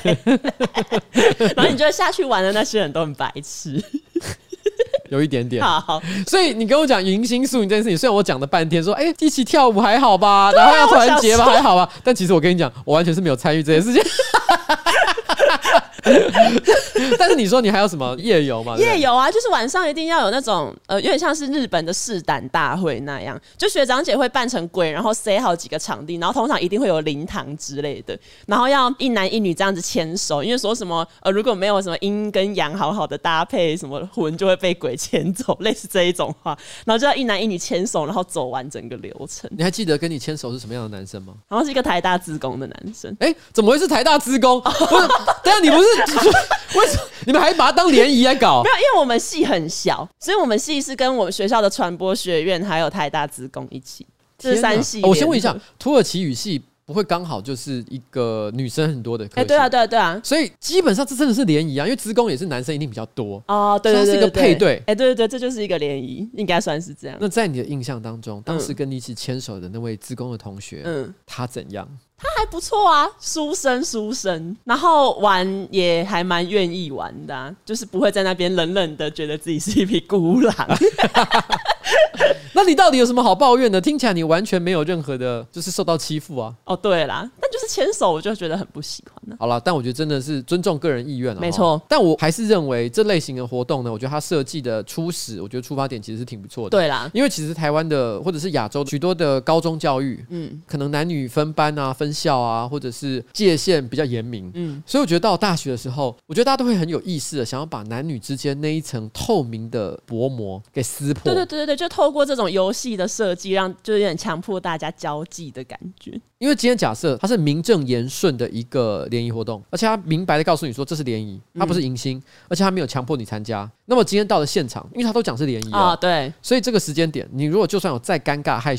[SPEAKER 2] 然后你就下去玩的那些人都很白痴。
[SPEAKER 1] 有一点点。
[SPEAKER 2] 好，
[SPEAKER 1] 所以你跟我讲迎新宿营这件事情，虽然我讲了半天说，哎、欸，一起跳舞还好吧，然后要团结吧还好吧，但其实我跟你讲，我完全是没有参与这件事情。但是你说你还有什么夜游吗？
[SPEAKER 2] 夜游啊，就是晚上一定要有那种呃，有点像是日本的试胆大会那样，就学长姐会扮成鬼，然后塞好几个场地，然后通常一定会有灵堂之类的，然后要一男一女这样子牵手，因为说什么呃，如果没有什么阴跟阳好好的搭配，什么魂就会被鬼牵走，类似这一种话，然后就要一男一女牵手，然后走完整个流程。
[SPEAKER 1] 你还记得跟你牵手是什么样的男生吗？
[SPEAKER 2] 然后是一个台大资工的男生。
[SPEAKER 1] 哎、欸，怎么会是台大资工？不是，等下你不是为什么你们还把它当联谊来搞？
[SPEAKER 2] 没有，因为我们系很小，所以我们系是跟我们学校的传播学院还有台大资工一起，这是三系、
[SPEAKER 1] 哦。我先问一下，土耳其语系不会刚好就是一个女生很多的科系？
[SPEAKER 2] 哎、欸，对啊，对啊，对啊。
[SPEAKER 1] 所以基本上这真的是联谊啊，因为资工也是男生一定比较多
[SPEAKER 2] 哦。对对对对，
[SPEAKER 1] 它是一个配对。
[SPEAKER 2] 哎、欸，对对对，这就是一个联谊，应该算是这样。
[SPEAKER 1] 那在你的印象当中，当时跟你一起牵手的那位资工的同学，嗯，他怎样？
[SPEAKER 2] 他还不错啊，书生书生，然后玩也还蛮愿意玩的、啊，就是不会在那边冷冷的觉得自己是一匹孤狼。
[SPEAKER 1] 那你到底有什么好抱怨的？听起来你完全没有任何的，就是受到欺负啊。
[SPEAKER 2] 哦，对啦，但就是牵手我就觉得很不喜欢、啊。
[SPEAKER 1] 好啦，但我觉得真的是尊重个人意愿了。
[SPEAKER 2] 没错，
[SPEAKER 1] 但我还是认为这类型的活动呢，我觉得它设计的初始，我觉得出发点其实是挺不错的。
[SPEAKER 2] 对啦，
[SPEAKER 1] 因为其实台湾的或者是亚洲许多的高中教育，嗯，可能男女分班啊、分校啊，或者是界限比较严明，嗯，所以我觉得到大学的时候，我觉得大家都会很有意识的想要把男女之间那一层透明的薄膜给撕破。
[SPEAKER 2] 对对对对对，就透过这种游戏的设计，让就有点强迫大家交际的感觉。
[SPEAKER 1] 因为今天假设它是名正言顺的一个联谊活动，而且他明白的告诉你说这是联谊，它不是迎新，嗯、而且他没有强迫你参加。那么今天到了现场，因为他都讲是联谊啊，
[SPEAKER 2] 对，
[SPEAKER 1] 所以这个时间点，你如果就算有再尴尬害羞，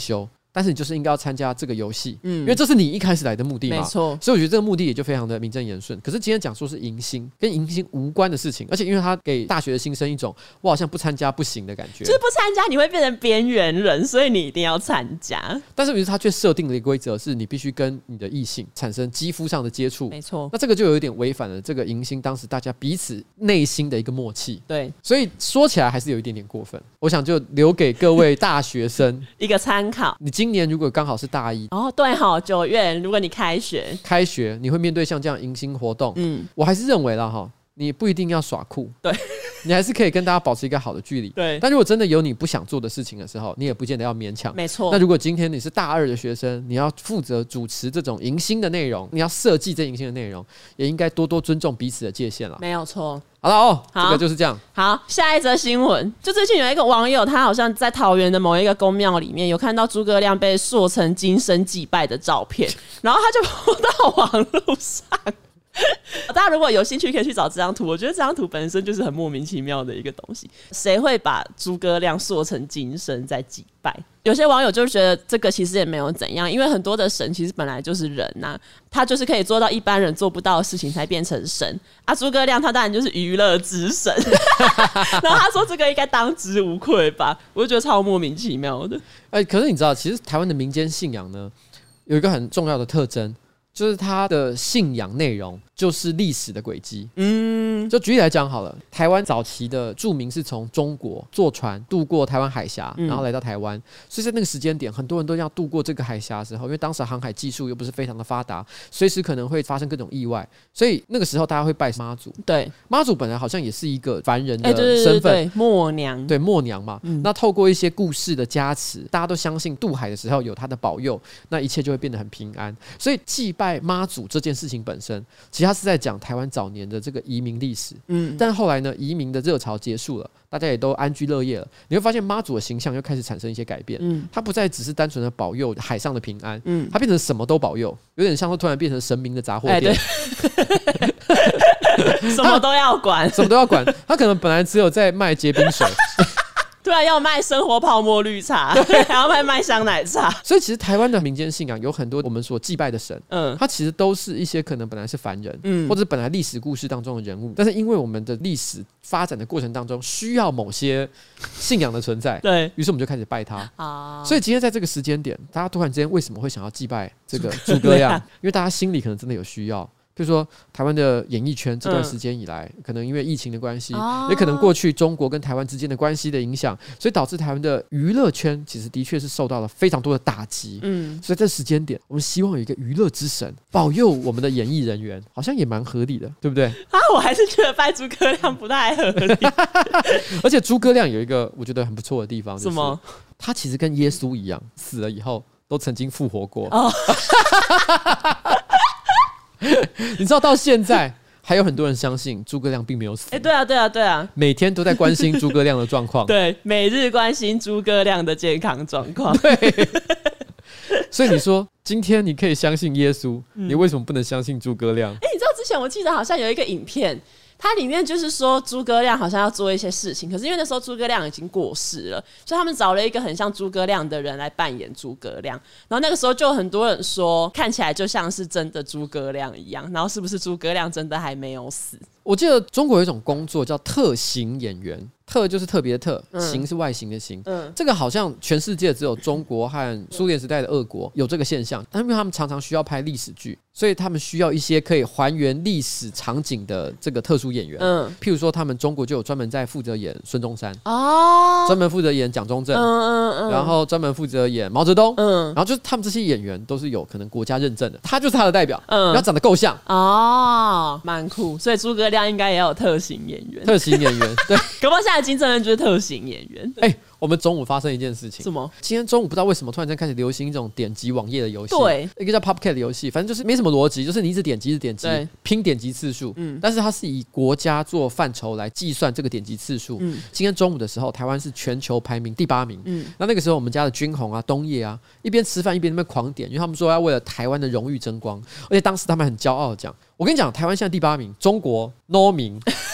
[SPEAKER 1] 但是你就是应该要参加这个游戏，嗯，因为这是你一开始来的目的嘛，
[SPEAKER 2] 没错。
[SPEAKER 1] 所以我觉得这个目的也就非常的名正言顺。可是今天讲说是迎新，跟迎新无关的事情，而且因为他给大学的新生一种我好像不参加不行的感觉，
[SPEAKER 2] 就是不参加你会变成边缘人，所以你一定要参加。
[SPEAKER 1] 但是他却设定了一个规则，是你必须跟你的异性产生肌肤上的接触，
[SPEAKER 2] 没错。
[SPEAKER 1] 那这个就有一点违反了这个迎新当时大家彼此内心的一个默契，
[SPEAKER 2] 对。
[SPEAKER 1] 所以说起来还是有一点点过分。我想就留给各位大学生
[SPEAKER 2] 一个参考。
[SPEAKER 1] 你今年如果刚好是大一，
[SPEAKER 2] 哦，对好，九月如果你开学，
[SPEAKER 1] 开学你会面对像这样迎新活动，嗯，我还是认为啦哈，你不一定要耍酷，
[SPEAKER 2] 对，
[SPEAKER 1] 你还是可以跟大家保持一个好的距离，
[SPEAKER 2] 对。
[SPEAKER 1] 但如果真的有你不想做的事情的时候，你也不见得要勉强，
[SPEAKER 2] 没错。
[SPEAKER 1] 那如果今天你是大二的学生，你要负责主持这种迎新的内容，你要设计这迎新的内容，也应该多多尊重彼此的界限啦。
[SPEAKER 2] 没有错。
[SPEAKER 1] 好了哦，这个就是这样。
[SPEAKER 2] 好，下一则新闻，就最近有一个网友，他好像在桃园的某一个宫庙里面有看到诸葛亮被塑成金身祭拜的照片，然后他就po到网络上。大家如果有兴趣可以去找这张图，我觉得这张图本身就是很莫名其妙的一个东西。谁会把诸葛亮塑成金身在祭拜？有些网友就觉得这个其实也没有怎样，因为很多的神其实本来就是人呐、啊，他就是可以做到一般人做不到的事情才变成神啊。诸葛亮他当然就是娱乐之神，然后他说这个应该当之无愧吧，我就觉得超莫名其妙的。
[SPEAKER 1] 哎，可是你知道，其实台湾的民间信仰呢，有一个很重要的特征。就是他的信仰内容就是历史的轨迹，嗯，就举例来讲好了，台湾早期的住民是从中国坐船渡过台湾海峡，然后来到台湾，所以在那个时间点，很多人都要渡过这个海峡的时候，因为当时航海技术又不是非常的发达，随时可能会发生各种意外，所以那个时候大家会拜妈祖。对，妈祖本来好像也是一个凡人的身份，
[SPEAKER 2] 欸、对默娘，
[SPEAKER 1] 对默娘嘛、嗯。那透过一些故事的加持，大家都相信渡海的时候有他的保佑，那一切就会变得很平安。所以祭拜妈祖这件事情本身，其实他是在讲台湾早年的这个移民历史。嗯，但后来呢，移民的热潮结束了，大家也都安居乐业了。你会发现妈祖的形象又开始产生一些改变。嗯，他不再只是单纯的保佑海上的平安，嗯，他变成什么都保佑，有点像说突然变成神明的杂货店。欸
[SPEAKER 2] 什么都要管，
[SPEAKER 1] 什么都要管。他可能本来只有在卖结冰水。
[SPEAKER 2] 突然要卖生活泡沫绿茶，还要卖麦香奶茶，
[SPEAKER 1] 所以其实台湾的民间信仰有很多我们所祭拜的神，嗯，它其实都是一些可能本来是凡人，嗯，或者本来历史故事当中的人物，但是因为我们的历史发展的过程当中需要某些信仰的存在，对，于是我们就开始拜他啊。所以今天在这个时间点，大家突然之间为什么会想要祭拜这个诸葛亮？因为大家心里可能真的有需要。比如说台湾的演艺圈这段时间以来、嗯、可能因为疫情的关系、哦、也可能过去中国跟台湾之间的关系的影响，所以导致台湾的娱乐圈其实的确是受到了非常多的打击。嗯，所以在时间点我们希望有一个娱乐之神保佑我们的演艺人员，好像也蛮合理的，对不对
[SPEAKER 2] 啊？我还是觉得拜诸葛亮不太合理
[SPEAKER 1] 而且诸葛亮有一个我觉得很不错的地方，就是
[SPEAKER 2] 什么？
[SPEAKER 1] 他其实跟耶稣一样，死了以后都曾经复活过哦你知道到现在还有很多人相信诸葛亮并没有死。
[SPEAKER 2] 哎、欸，对啊，对啊，对啊，
[SPEAKER 1] 每天都在关心诸葛亮的状况。
[SPEAKER 2] 对，每日关心诸葛亮的健康状况。
[SPEAKER 1] 对，所以你说今天你可以相信耶稣、嗯，你为什么不能相信诸葛亮？
[SPEAKER 2] 哎、欸，你知道之前我记得好像有一个影片。它里面就是说诸葛亮好像要做一些事情，可是因为那时候诸葛亮已经过世了，所以他们找了一个很像诸葛亮的人来扮演诸葛亮。然后那个时候就有很多人说看起来就像是真的诸葛亮一样，然后是不是诸葛亮真的还没有死？
[SPEAKER 1] 我记得中国有一种工作叫特型演员，特就是特别的特，型是外形的型、嗯、这个好像全世界只有中国和苏联时代的俄国有这个现象，但因为他们常常需要拍历史剧，所以他们需要一些可以还原历史场景的这个特殊演员、嗯、譬如说他们中国就有专门在负责演孙中山哦，专门负责演蒋中正、嗯嗯嗯、然后专门负责演毛泽东、嗯、然后就是他们这些演员都是有可能国家认证的，他就是他的代表，嗯，然后长得够像
[SPEAKER 2] 哦，蛮酷，所以诸葛亮应该也有特型演员，
[SPEAKER 1] 特型演员对，
[SPEAKER 2] 搞不好现在金正恩就是特型演员。
[SPEAKER 1] 哎、欸，我们中午发生一件事情，
[SPEAKER 2] 什么？
[SPEAKER 1] 今天中午不知道为什么突然间开始流行一种点击网页的游戏，
[SPEAKER 2] 对，
[SPEAKER 1] 一个叫 Popcat 的游戏，反正就是没什么逻辑，就是你一直点击，一直点击，拼点击次数，嗯，但是它是以国家做范畴来计算这个点击次数。嗯，今天中午的时候，台湾是全球排名第八名，嗯，那那个时候我们家的军红啊、东叶啊，一边吃饭一边在那边狂点，因为他们说要为了台湾的荣誉争光，而且当时他们很骄傲的讲，我跟你讲，台湾现在第八名，中国 no 名。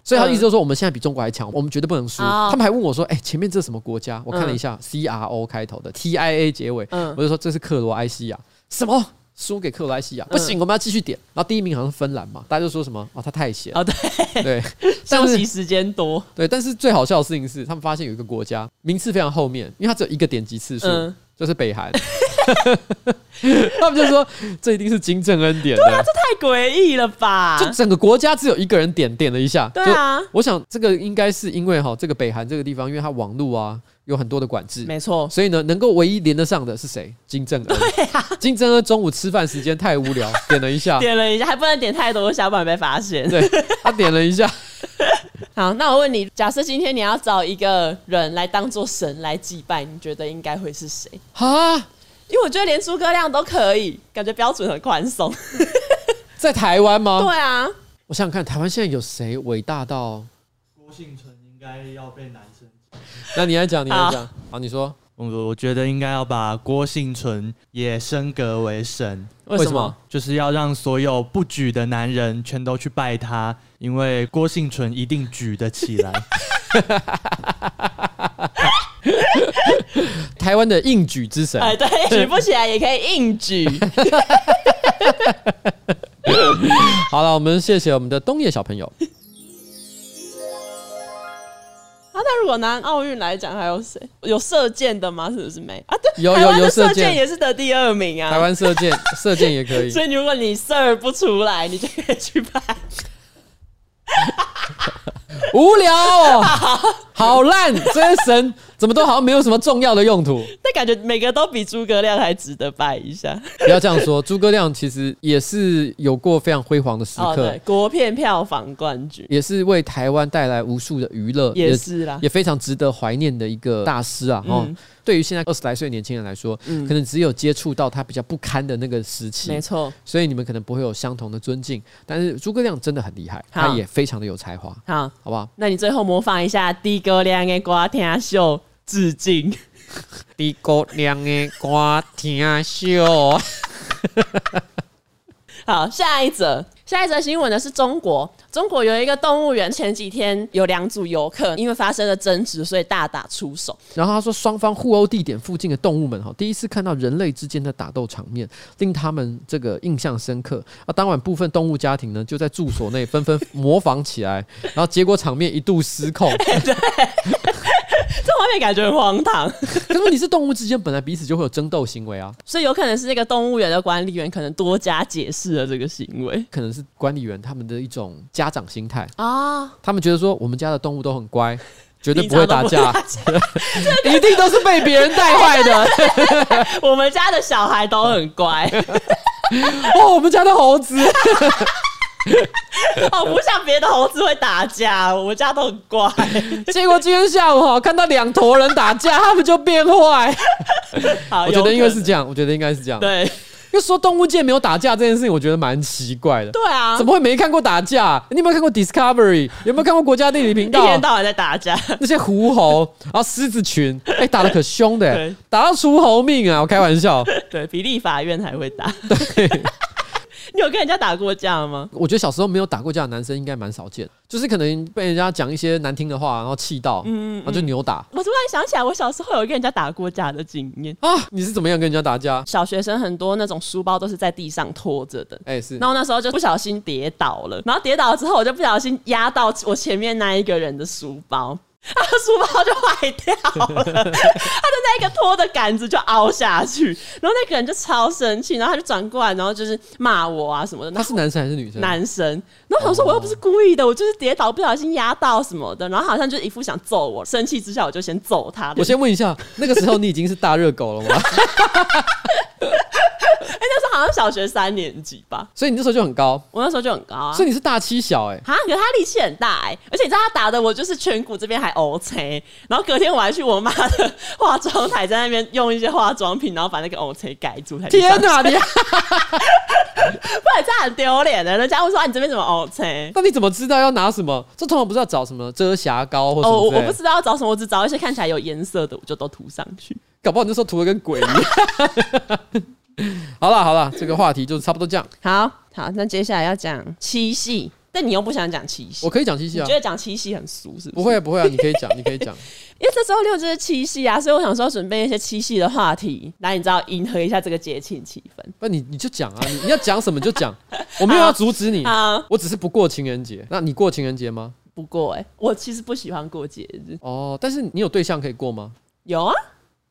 [SPEAKER 1] 所以他意思就是说我们现在比中国还强，我们绝对不能输。他们还问我说：“哎、欸，前面这是什么国家？”我看了一下、嗯、，C R O 开头的 ，T I A 结尾，嗯、我就说这是克罗埃西亚。什么？输给克罗埃西亚？不行，嗯、我们要继续点。然后第一名好像是芬兰嘛，大家就说什么哦，他太闲。
[SPEAKER 2] 哦，对
[SPEAKER 1] 对，
[SPEAKER 2] 休息时间多。
[SPEAKER 1] 对，但是最好笑的事情是，他们发现有一个国家名次非常后面，因为它只有一个点击次数。嗯，就是北韩。他们就说这一定是金正恩点的。
[SPEAKER 2] 对啊，这太诡异了吧？
[SPEAKER 1] 就整个国家只有一个人点点了一下。
[SPEAKER 2] 对啊，
[SPEAKER 1] 我想这个应该是因为哈，这个北韩这个地方，因为它网络啊有很多的管制，
[SPEAKER 2] 没错，
[SPEAKER 1] 所以呢，能够唯一连得上的是谁？金正恩。
[SPEAKER 2] 对啊，
[SPEAKER 1] 金正恩中午吃饭时间太无聊，点了一下，
[SPEAKER 2] 点了一下，还不能点太多，下不然被发现。
[SPEAKER 1] 对，他点了一下。
[SPEAKER 2] 好，那我问你，假设今天你要找一个人来当做神来祭拜，你觉得应该会是谁？
[SPEAKER 1] 哈，
[SPEAKER 2] 因为我觉得连诸葛亮都可以，感觉标准很宽松。
[SPEAKER 1] 在台湾吗？
[SPEAKER 2] 对啊，
[SPEAKER 1] 我想想看，台湾现在有谁伟大到？
[SPEAKER 3] 郭婞淳应该要被男生。
[SPEAKER 1] 那你来讲，你来讲。好, 好，你说。
[SPEAKER 3] 我我觉得应该要把郭婞淳也升格为神。
[SPEAKER 1] 为什么？
[SPEAKER 3] 就是要让所有不举的男人全都去拜他，因为郭婞淳一定举得起来。
[SPEAKER 1] 台湾的硬举之神。
[SPEAKER 2] 哎，对，举不起来也可以硬举。
[SPEAKER 1] 好了，我们谢谢我们的东野小朋友。
[SPEAKER 2] 啊，那如果拿奥运来讲，还有谁？有射箭的吗？是不是没啊？对，
[SPEAKER 1] 有有有
[SPEAKER 2] 射箭也是得第二名啊。
[SPEAKER 1] 台湾射箭，射箭也可以。
[SPEAKER 2] 所以如果你射不出来，你就可以去拍。
[SPEAKER 1] 无聊哦，好烂！这些神怎么都好像没有什么重要的用途。
[SPEAKER 2] 但感觉每个都比诸葛亮还值得拜一下。
[SPEAKER 1] 不要这样说，诸葛亮其实也是有过非常辉煌的时刻。哦，
[SPEAKER 2] 对，国片票房冠军，
[SPEAKER 1] 也是为台湾带来无数的娱乐，
[SPEAKER 2] 也是啦，
[SPEAKER 1] 也非常值得怀念的一个大师啊。嗯哦，对于现在二十来岁年轻人来说，嗯，可能只有接触到他比较不堪的那个时期，
[SPEAKER 2] 没错，
[SPEAKER 1] 所以你们可能不会有相同的尊敬。但是诸葛亮真的很厉害，他也非常的有才华。
[SPEAKER 2] 好，
[SPEAKER 1] 好不好？
[SPEAKER 2] 那你最后模仿一下诸葛亮的歌听秀，致敬。
[SPEAKER 1] 诸葛亮的歌听秀。
[SPEAKER 2] 好，下一则，下一则新闻呢是中国，中国有一个动物园，前几天有两组游客因为发生了争执，所以大打出手。
[SPEAKER 1] 然后他说，双方互殴地点附近的动物们哈，第一次看到人类之间的打斗场面，令他们这个印象深刻。啊，当晚部分动物家庭呢就在住所内纷纷模仿起来，然后结果场面一度失控。
[SPEAKER 2] 对。这画面感觉很荒唐。
[SPEAKER 1] 可是问题是，动物之间本来彼此就会有争斗行为啊，
[SPEAKER 2] 所以有可能是那个动物园的管理员可能多加解释了这个行为，
[SPEAKER 1] 可能是管理员他们的一种家长心态啊，他们觉得说我们家的动物都很乖，绝对不会打架，一定都是被别人带坏的。
[SPEAKER 2] 我们家的小孩都很乖。
[SPEAKER 1] 哦，我们家的猴子。
[SPEAKER 2] 哦，不像别的猴子会打架，我们家都很乖。
[SPEAKER 1] 结果今天下午哈看到两坨人打架，他们就变坏。我觉得应该是这样，我觉得应该是这样。
[SPEAKER 2] 对，
[SPEAKER 1] 因为说动物界没有打架这件事情，我觉得蛮奇怪的。
[SPEAKER 2] 对啊，
[SPEAKER 1] 怎么会没看过打架？你有没有看过 Discovery？ 有没有看过国家地理频道？
[SPEAKER 2] 一天到晚在打架，
[SPEAKER 1] 那些狐猴，然后狮子群，哎、欸，打得可凶的、欸，打到出猴命啊！我开玩笑。
[SPEAKER 2] 对，比立法院还会打。
[SPEAKER 1] 对。
[SPEAKER 2] 你有跟人家打过架吗？
[SPEAKER 1] 我觉得小时候没有打过架的男生应该蛮少见，就是可能被人家讲一些难听的话，然后气到，嗯，然后就扭打。
[SPEAKER 2] 我突然想起来，我小时候有跟人家打过架的经验
[SPEAKER 1] 啊！你是怎么样跟人家打架？
[SPEAKER 2] 小学生很多那种书包都是在地上拖着的，哎、欸、是。然后那时候就不小心跌倒了，然后跌倒之后我就不小心压到我前面那一个人的书包。他的书包就坏掉了，他的那个拖的杆子就凹下去，然后那个人就超生气，然后他就转过来，然后就是骂我啊什么的。
[SPEAKER 1] 他是男生还是女生？
[SPEAKER 2] 男生。然后我说我又不是故意的，我就是跌倒不小心压到什么的，然后好像就一副想揍我，生气之下我就先揍他。
[SPEAKER 1] 我先问一下，那个时候你已经是大热狗了吗？
[SPEAKER 2] 哎、欸，那时候好像小学三年级吧，
[SPEAKER 1] 所以你那时候就很高。
[SPEAKER 2] 我那时候就很高啊，
[SPEAKER 1] 所以你是大七小哎、欸。
[SPEAKER 2] 啊，可是他力气很大哎、欸，而且你知道他打的我就是颧骨这边还 O C， 然后隔天我还去我妈的化妆台，在那边用一些化妆品，然后把那个 O C 盖住。
[SPEAKER 1] 天哪，你不然
[SPEAKER 2] 这样很丢脸的，人家会说、啊、你这边怎么 O C？
[SPEAKER 1] 那你怎么知道要拿什么？这通常不是要找什么遮瑕膏或什么？哦，
[SPEAKER 2] 我不知道要找什么，我只找一些看起来有颜色的，我就都涂上去。
[SPEAKER 1] 搞不好你那时候涂的跟鬼一样。好了好了，这个话题就差不多这样。
[SPEAKER 2] 好好，那接下来要讲七夕。 但你又不想讲七夕，
[SPEAKER 1] 我可以讲七夕啊。
[SPEAKER 2] 你觉得讲七夕很俗是不是？
[SPEAKER 1] 不会啊，不会啊，你可以讲，你可以讲。
[SPEAKER 2] 因为这周六就是七夕啊，所以我想说准备一些七夕的话题，来你知道迎合一下这个节庆气氛。
[SPEAKER 1] 不，你你就讲啊，你你要讲什么就讲，我没有要阻止你，我只是不过情人节。那你过情人节吗？
[SPEAKER 2] 不过哎、欸，我其实不喜欢过节日。
[SPEAKER 1] 哦，但是你有对象可以过吗？
[SPEAKER 2] 有啊。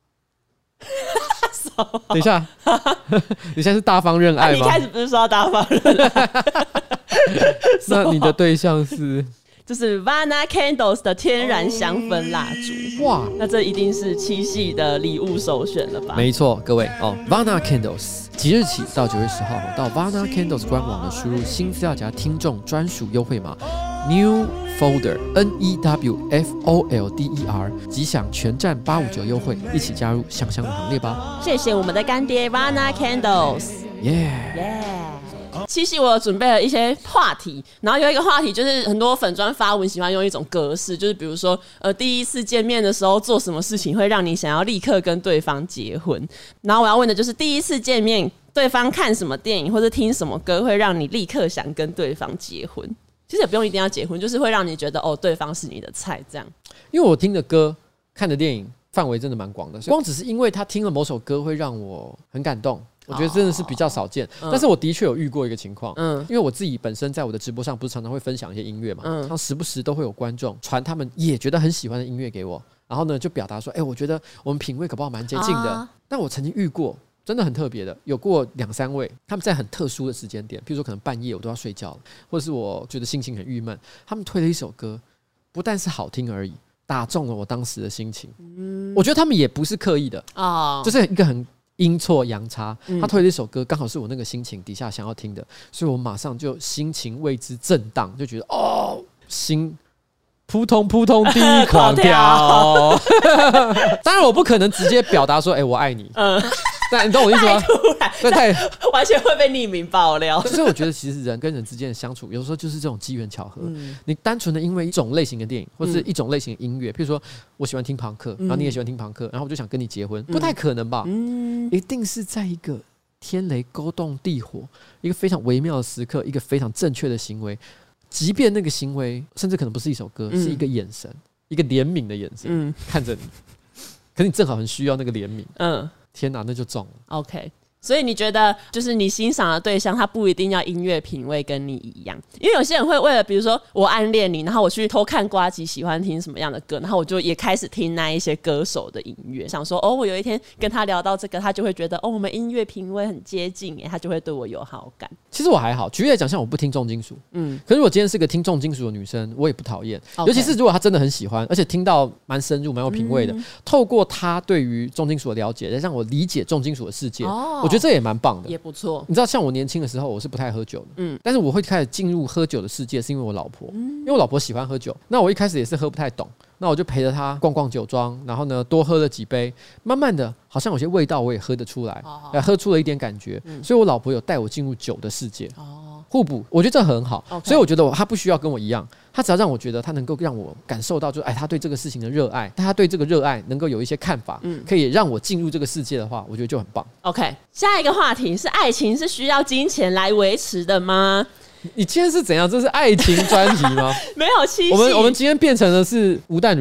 [SPEAKER 1] 等一下，你现在是大方认爱吗？
[SPEAKER 2] 啊、你一开始不是说要大方认爱？
[SPEAKER 1] 那你的对象是？
[SPEAKER 2] 就是 Vana Candles 的天然香氛蜡烛。哇，那这一定是七夕的礼物首选了吧？
[SPEAKER 1] 没错，各位哦 ，Vana Candles 即日起到九月十号到 Vana Candles 官网的输入新资料夹听众专属优惠码 New Folder N E W F O L D E R 即享全站八五九优惠，一起加入香香的行列吧！
[SPEAKER 2] 谢谢我们的干爹 Vana Candles， 耶耶！七夕我有准备了一些话题，然后有一个话题就是很多粉专发文喜欢用一种格式，就是比如说呃第一次见面的时候做什么事情会让你想要立刻跟对方结婚，然后我要问的就是第一次见面对方看什么电影或者听什么歌会让你立刻想跟对方结婚。其实也不用一定要结婚，就是会让你觉得哦对方是你的菜这样。
[SPEAKER 1] 因为我听的歌看的电影范围真的蛮广的，光只是因为他听了某首歌会让我很感动，我觉得真的是比较少见。哦、但是我的确有遇过一个情况，嗯，因为我自己本身在我的直播上不是常常会分享一些音乐嘛，嗯，然后时不时都会有观众传他们也觉得很喜欢的音乐给我，然后呢就表达说，哎、欸，我觉得我们品味搞不好蛮接近的。啊、但我曾经遇过真的很特别的，有过两三位，他们在很特殊的时间点，譬如说可能半夜我都要睡觉了，或者是我觉得心情很郁闷，他们推了一首歌，不但是好听而已，打中了我当时的心情。嗯，我觉得他们也不是刻意的啊，就是一个很阴错阳差，他推了一首歌，刚好是我那个心情底下想要听的，所以我马上就心情为之震荡，就觉得哦，心扑通扑通地狂跳。当然我不可能直接表达说，哎、欸，我爱你。嗯。但你懂我意思吗？
[SPEAKER 2] 太突然，
[SPEAKER 1] 对，太
[SPEAKER 2] 完全会被匿名爆料。
[SPEAKER 1] 所以我觉得，其实人跟人之间的相处，有时候就是这种机缘巧合。嗯、你单纯的因为一种类型的电影，或是一种类型的音乐，譬如说我喜欢听朋克，然后你也喜欢听朋克，然后我就想跟你结婚，不太可能吧？嗯、一定是在一个天雷勾动地火，一个非常微妙的时刻，一个非常正确的行为，即便那个行为甚至可能不是一首歌，嗯、是一个眼神，一个怜悯的眼神，嗯、看着你，可是你正好很需要那个怜悯，嗯。天哪，那就中了。OK，
[SPEAKER 2] 所以你觉得，就是你欣赏的对象，他不一定要音乐品味跟你一样，因为有些人会为了，比如说我暗恋你，然后我去偷看呱吉喜欢听什么样的歌，然后我就也开始听那一些歌手的音乐，想说哦，我有一天跟他聊到这个，他就会觉得哦，我们音乐品味很接近，哎，他就会对我有好感。
[SPEAKER 1] 其实我还好，举例来讲，像我不听重金属，嗯，可是我今天是个听重金属的女生，我也不讨厌， okay. 尤其是如果她真的很喜欢，而且听到蛮深入、蛮有品味的，嗯、透过她对于重金属的了解，让我理解重金属的世界，哦、我觉得这也蛮棒的，
[SPEAKER 2] 也不错。
[SPEAKER 1] 你知道，像我年轻的时候，我是不太喝酒的，嗯，但是我会开始进入喝酒的世界，是因为我老婆，嗯、因为我老婆喜欢喝酒，那我一开始也是喝不太懂。那我就陪着他逛逛酒庄，然后呢多喝了几杯，慢慢的好像有些味道我也喝得出来，哦、喝出了一点感觉，嗯、所以我老婆有带我进入酒的世界，哦、互补，我觉得这很好。Okay. 所以我觉得他不需要跟我一样，他只要让我觉得他能够让我感受到，就哎他对这个事情的热爱，但他对这个热爱能够有一些看法，嗯、可以让我进入这个世界的话，我觉得就很棒。
[SPEAKER 2] OK， 下一个话题是爱情是需要金钱来维持的吗？
[SPEAKER 1] 你今天是怎样？这是爱情专题吗？
[SPEAKER 2] 没有七夕，
[SPEAKER 1] 我们我们今天变成的是吴淡如，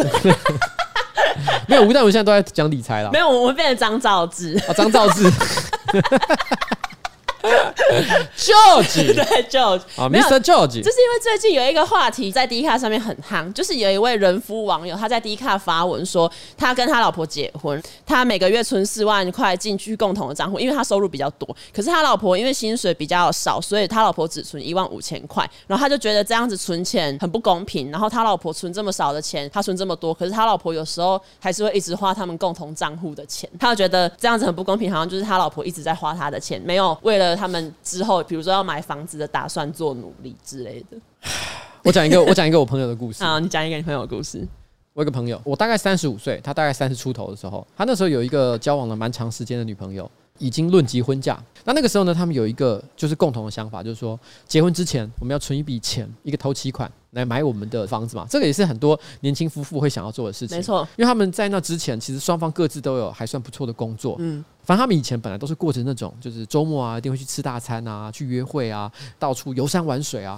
[SPEAKER 1] 没有吴淡如现在都在讲理财啦。
[SPEAKER 2] 没有，我们变成张兆志
[SPEAKER 1] 啊，张兆志。George，
[SPEAKER 2] 对 George
[SPEAKER 1] 啊 ，Mister George，
[SPEAKER 2] 就是因为最近有一个话题在 D 卡上面很夯，就是有一位人夫网友他在 D 卡发文说，他跟他老婆结婚，他每个月存四万块进去共同的账户，因为他收入比较多，可是他老婆因为薪水比较少，所以他老婆只存一万五千块，然后他就觉得这样子存钱很不公平，然后他老婆存这么少的钱，他存这么多，可是他老婆有时候还是会一直花他们共同账户的钱，他就觉得这样子很不公平，好像就是他老婆一直在花他的钱，没有为了他们之后比如说要买房子的打算做努力之类的。
[SPEAKER 1] 我讲一个我讲一个我朋友的故事。
[SPEAKER 2] 好，你讲一个你朋友的故事。
[SPEAKER 1] 我有个朋友，我大概三十五岁，他大概三十出头的时候，他那时候有一个交往了蛮长时间的女朋友，已经论及婚嫁。那那个时候呢，他们有一个就是共同的想法，就是说结婚之前我们要存一笔钱，一个头期款来买我们的房子嘛。这个也是很多年轻夫妇会想要做的事情。
[SPEAKER 2] 没错，
[SPEAKER 1] 因为他们在那之前，其实双方各自都有还算不错的工作。嗯，反正他们以前本来都是过着那种，就是周末啊一定会去吃大餐啊，去约会啊，到处游山玩水啊。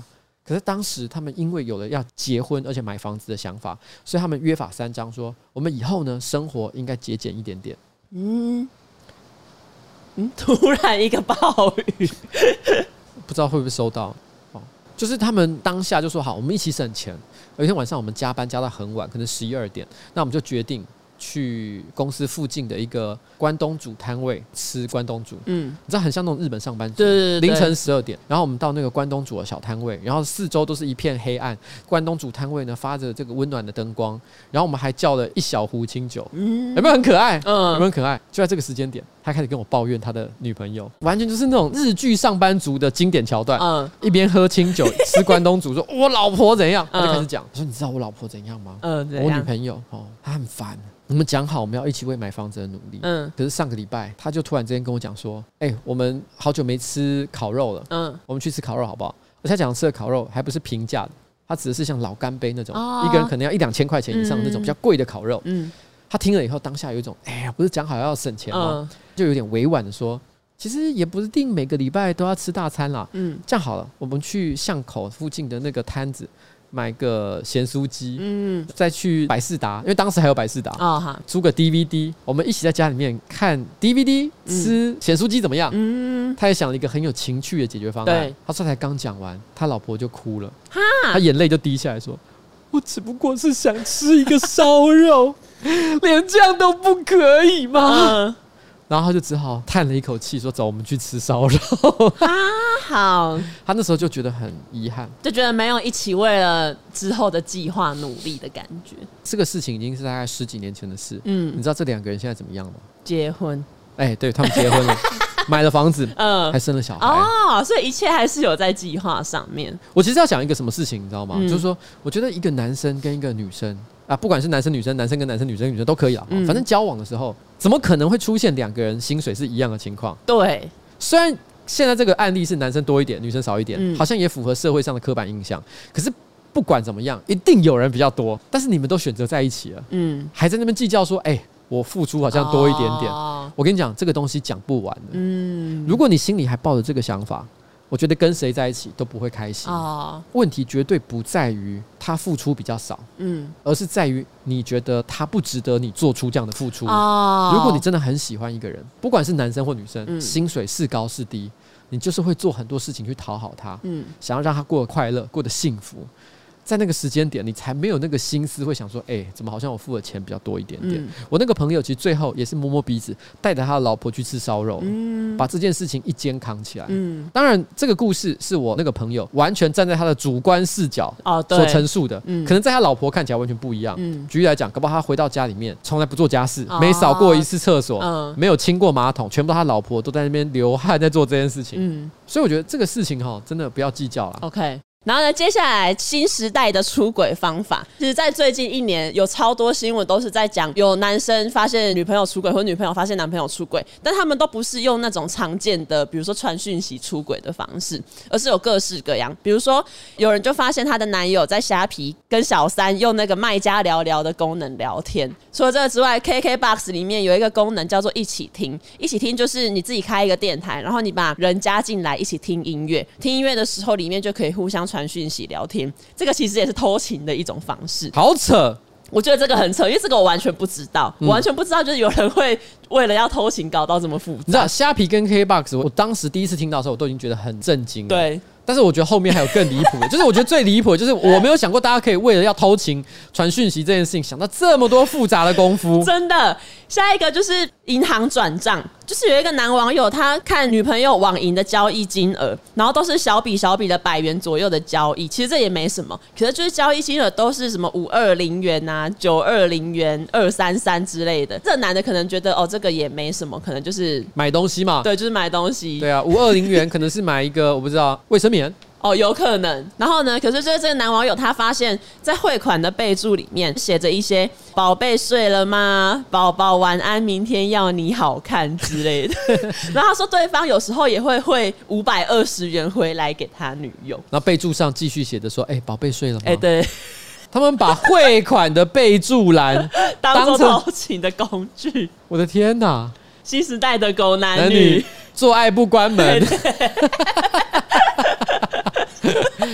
[SPEAKER 1] 可是当时他们因为有了要结婚而且买房子的想法，所以他们约法三章说，我们以后呢生活应该节俭一点点。嗯
[SPEAKER 2] 嗯，突然一个暴雨
[SPEAKER 1] 不知道会不会收到、哦、就是他们当下就说好，我们一起省钱。有一天晚上我们加班加到很晚，可能十一二点，那我们就决定去公司附近的一个关东煮摊位吃关东煮。嗯，你知道很像那种日本上班族，
[SPEAKER 2] 对对对，
[SPEAKER 1] 凌晨十二点，然后我们到那个关东煮的小摊位，然后四周都是一片黑暗，关东煮摊位呢发着这个温暖的灯光，然后我们还叫了一小壶清酒，嗯，有没有很可爱？嗯，有没有很可爱？就在这个时间点，他开始跟我抱怨他的女朋友，完全就是那种日剧上班族的经典桥段。嗯，一边喝清酒吃关东煮，说我老婆怎样，他就开始讲，说你知道我老婆怎样吗？嗯，我女朋友哦，她很烦。我们讲好我们要一起为买房子而努力，嗯，可是上个礼拜他就突然之间跟我讲说，哎、欸，我们好久没吃烤肉了，嗯，我们去吃烤肉好不好？而且他讲吃的烤肉还不是平价的，他指的是像老干杯那种，哦、一个人可能要一两千块钱以上的那种比较贵的烤肉，嗯，他听了以后当下有一种，哎呀，不是讲好要省钱吗？嗯、就有点委婉的说，其实也不一定每个礼拜都要吃大餐啦，嗯，这样好了，我们去巷口附近的那个摊子。买个咸酥鸡，嗯，再去百视达，因为当时还有百视达，哦，租个 D V D， 我们一起在家里面看 D V D， 吃咸酥鸡怎么样？嗯，他也想了一个很有情趣的解决方案。对，他说才刚讲完，他老婆就哭了，他眼泪就滴下来说：“我只不过是想吃一个烧肉，连这样都不可以吗？”嗯，然后他就只好叹了一口气，说：“走，我们去吃烧肉。”
[SPEAKER 2] 啊，好。
[SPEAKER 1] 他那时候就觉得很遗憾，
[SPEAKER 2] 就觉得没有一起为了之后的计划努力的感觉。
[SPEAKER 1] 这个事情已经是大概十几年前的事。嗯，你知道这两个人现在怎么样吗？
[SPEAKER 2] 结婚。
[SPEAKER 1] 哎、欸，对他们结婚了，买了房子，嗯，还生了小孩。
[SPEAKER 2] 哦，所以一切还是有在计划上面。
[SPEAKER 1] 我其实要讲一个什么事情，你知道吗？嗯、就是说，我觉得一个男生跟一个女生。啊，不管是男生女生，男生跟男生，女生跟女生都可以啊。嗯、反正交往的时候，怎么可能会出现两个人薪水是一样的情况？
[SPEAKER 2] 对，
[SPEAKER 1] 虽然现在这个案例是男生多一点，女生少一点，嗯、好像也符合社会上的刻板印象。可是不管怎么样，一定有人比较多。但是你们都选择在一起了，嗯，还在那边计较说，哎、欸，我付出好像多一点点。哦、我跟你讲，这个东西讲不完的。嗯，如果你心里还抱着这个想法。我觉得跟谁在一起都不会开心。哦、问题绝对不在于他付出比较少，嗯，而是在于你觉得他不值得你做出这样的付出。哦、如果你真的很喜欢一个人，不管是男生或女生，嗯、薪水是高是低，你就是会做很多事情去讨好他，嗯，想要让他过得快乐，过得幸福。在那个时间点，你才没有那个心思会想说，哎、欸，怎么好像我付的钱比较多一点点？嗯、我那个朋友其实最后也是摸摸鼻子，带着他的老婆去吃烧肉，嗯、把这件事情一肩扛起来。嗯、当然，这个故事是我那个朋友完全站在他的主观视角所陈述的，哦嗯、可能在他老婆看起来完全不一样。嗯、举例来讲，搞不好他回到家里面从来不做家事，哦、没扫过一次厕所，嗯、没有清过马桶，全部都他老婆都在那边流汗在做这件事情。嗯、所以我觉得这个事情哈，真的不要计较啦。
[SPEAKER 2] OK。然后呢，接下来新时代的出轨方法，其实在最近一年有超多新闻都是在讲，有男生发现女朋友出轨，或女朋友发现男朋友出轨，但他们都不是用那种常见的，比如说传讯息出轨的方式，而是有各式各样。比如说，有人就发现她的男友在虾皮跟小三用那个卖家聊聊的功能聊天。除了这个之外 ，K K B O X 里面有一个功能叫做一起听，一起听就是你自己开一个电台，然后你把人加进来一起听音乐，听音乐的时候里面就可以互相传讯息聊天，这个其实也是偷情的一种方式。
[SPEAKER 1] 好扯，
[SPEAKER 2] 我觉得这个很扯，因为这个我完全不知道，嗯、我完全不知道，就是有人会为了要偷情搞到这么复杂。
[SPEAKER 1] 你知道虾皮跟 K K B O X， 我当时第一次听到的时候，我都已经觉得很震惊了。
[SPEAKER 2] 对。
[SPEAKER 1] 但是我觉得后面还有更离谱的，就是我觉得最离谱的就是我没有想过大家可以为了要偷情传讯息这件事情想到这么多复杂的功夫。
[SPEAKER 2] 真的，下一个就是银行转账，就是有一个男网友他看女朋友网银的交易金额，然后都是小笔小笔的百元左右的交易，其实这也没什么，可是就是交易金额都是什么五二零元啊、九二零元、二三三之类的。这男的可能觉得哦这个也没什么，可能就是
[SPEAKER 1] 买东西嘛，
[SPEAKER 2] 对，就是买东西。
[SPEAKER 1] 对啊，五二零元可能是买一个我不知道卫生棉。
[SPEAKER 2] 哦，有可能。然后呢？可是就是这个男网友他发现，在汇款的备注里面写着一些“宝贝睡了吗？宝宝晚安，明天要你好看”之类的。然后他说，对方有时候也会汇五百二十元回来给他女友。
[SPEAKER 1] 然后备注上继续写着说：“哎、欸，宝贝睡了吗？”哎、
[SPEAKER 2] 欸，对。
[SPEAKER 1] 他们把汇款的备注栏
[SPEAKER 2] 当作偷情的工具。
[SPEAKER 1] 我的天哪！
[SPEAKER 2] 新时代的狗男 女, 男女
[SPEAKER 1] 做爱不关门。哎、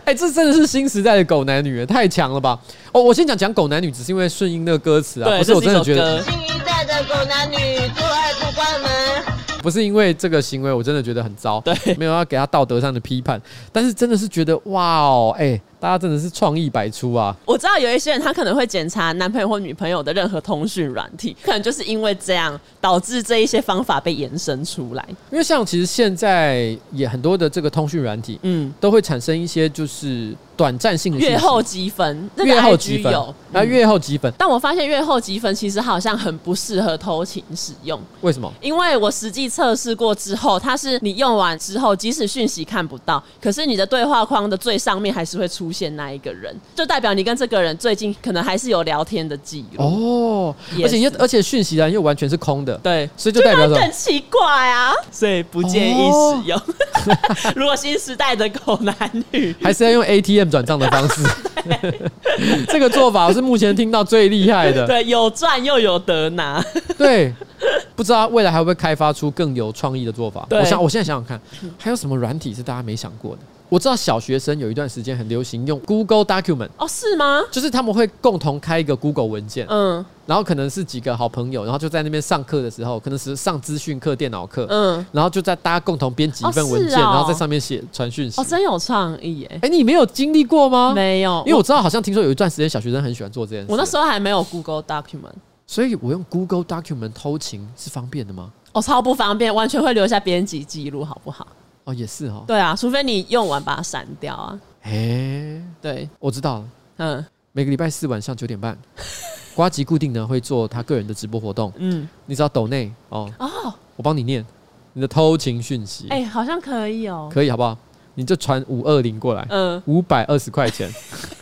[SPEAKER 1] 哎、欸，这真的是新时代的狗男女，太强了吧！哦，我先讲讲狗男女，只是因为顺应那个歌词啊，不是我真的觉得
[SPEAKER 2] 新一代的狗男女做爱不关门。
[SPEAKER 1] 不是因为这个行为，我真的觉得很糟，
[SPEAKER 2] 对，
[SPEAKER 1] 没有要给他道德上的批判，但是真的是觉得哇哦，哎、欸，大家真的是创意百出啊！
[SPEAKER 2] 我知道有一些人他可能会检查男朋友或女朋友的任何通讯软体，可能就是因为这样导致这一些方法被延伸出来。
[SPEAKER 1] 因为像其实现在也很多的这个通讯软体，嗯，都会产生一些就是短暂性的
[SPEAKER 2] 阅后积分，这个
[SPEAKER 1] 阅后积分
[SPEAKER 2] 有，
[SPEAKER 1] 然后阅后积分。
[SPEAKER 2] 但我发现阅后积分其实好像很不适合偷情使用。
[SPEAKER 1] 为什么？
[SPEAKER 2] 因为我实际测试过之后，它是你用完之后，即使讯息看不到，可是你的对话框的最上面还是会出现那一个人，就代表你跟这个人最近可能还是有聊天的记录哦。
[SPEAKER 1] 而且而且讯息栏又完全是空的，
[SPEAKER 2] 对，
[SPEAKER 1] 所以就代表
[SPEAKER 2] 很奇怪啊，所以不建议使用。哦、如果新时代的狗男女，
[SPEAKER 1] 还是要用 A T M 转账的方式。这个做法是目前听到最厉害的，
[SPEAKER 2] 对，有赚又有得拿。
[SPEAKER 1] 对。不知道未来还会不会开发出更有创意的做法？我想，我现在想想看，还有什么软体是大家没想过的？我知道小学生有一段时间很流行用 Google Document
[SPEAKER 2] 哦，是吗？
[SPEAKER 1] 就是他们会共同开一个 Google 文件，嗯，然后可能是几个好朋友，然后就在那边上课的时候，可能是上资讯课、电脑课，嗯，然后就在大家共同编辑一份文件，哦哦、然后在上面写传讯息。
[SPEAKER 2] 哦，真有创意耶！
[SPEAKER 1] 哎、欸，你没有经历过吗？
[SPEAKER 2] 没有，
[SPEAKER 1] 因为我知道好像听说有一段时间小学生很喜欢做这件事。
[SPEAKER 2] 我那时候还没有 Google Document。
[SPEAKER 1] 所以我用 Google Document 偷情是方便的吗？
[SPEAKER 2] 哦，超不方便，完全会留下编辑记录，好不好？
[SPEAKER 1] 哦，也是哦。
[SPEAKER 2] 对啊，除非你用完把它删掉啊。
[SPEAKER 1] 哎、欸，
[SPEAKER 2] 对，
[SPEAKER 1] 我知道了。
[SPEAKER 2] 嗯，
[SPEAKER 1] 每个礼拜四晚上九点半，呱吉固定呢会做他个人的直播活动。嗯，你只要抖内哦哦，我帮你念你的偷情讯息。
[SPEAKER 2] 哎、欸，好像可以哦，
[SPEAKER 1] 可以好不好？你就传五二零过来，嗯，五百二十块钱。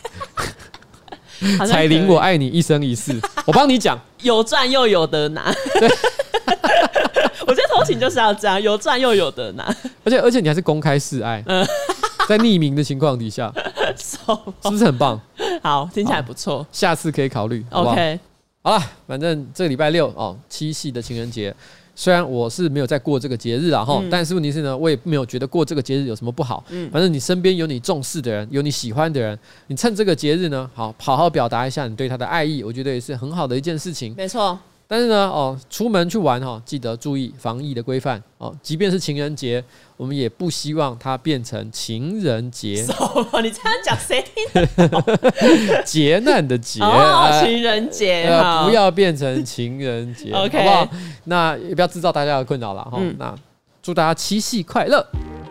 [SPEAKER 1] 彩铃，我爱你一生一世，我帮你讲，
[SPEAKER 2] 有赚又有得拿。对，我觉得偷情就是要这样，有赚又有得拿，
[SPEAKER 1] 而且而且你还是公开示爱，嗯，在匿名的情况底下，是不是很棒？
[SPEAKER 2] 好，听起来不错，
[SPEAKER 1] 下次可以考虑。好不好
[SPEAKER 2] OK，
[SPEAKER 1] 好了，反正这个礼拜六哦，七夕的情人节。虽然我是没有在过这个节日啊，哈、嗯，但是问题是呢，我也没有觉得过这个节日有什么不好。嗯，反正你身边有你重视的人，有你喜欢的人，你趁这个节日呢，好好好表达一下你对他的爱意，我觉得也是很好的一件事情。
[SPEAKER 2] 没错。
[SPEAKER 1] 但是呢，哦，出门去玩哈，记得注意防疫的规范哦。即便是情人节，我们也不希望它变成情人节。
[SPEAKER 2] 什么？你这样讲谁听得懂？
[SPEAKER 1] 劫难的劫，
[SPEAKER 2] 哦，情人节、
[SPEAKER 1] 呃，不要变成情人节，
[SPEAKER 2] OK，
[SPEAKER 1] 好不好？那也不要制造大家的困扰了哈、嗯。那祝大家七夕快乐！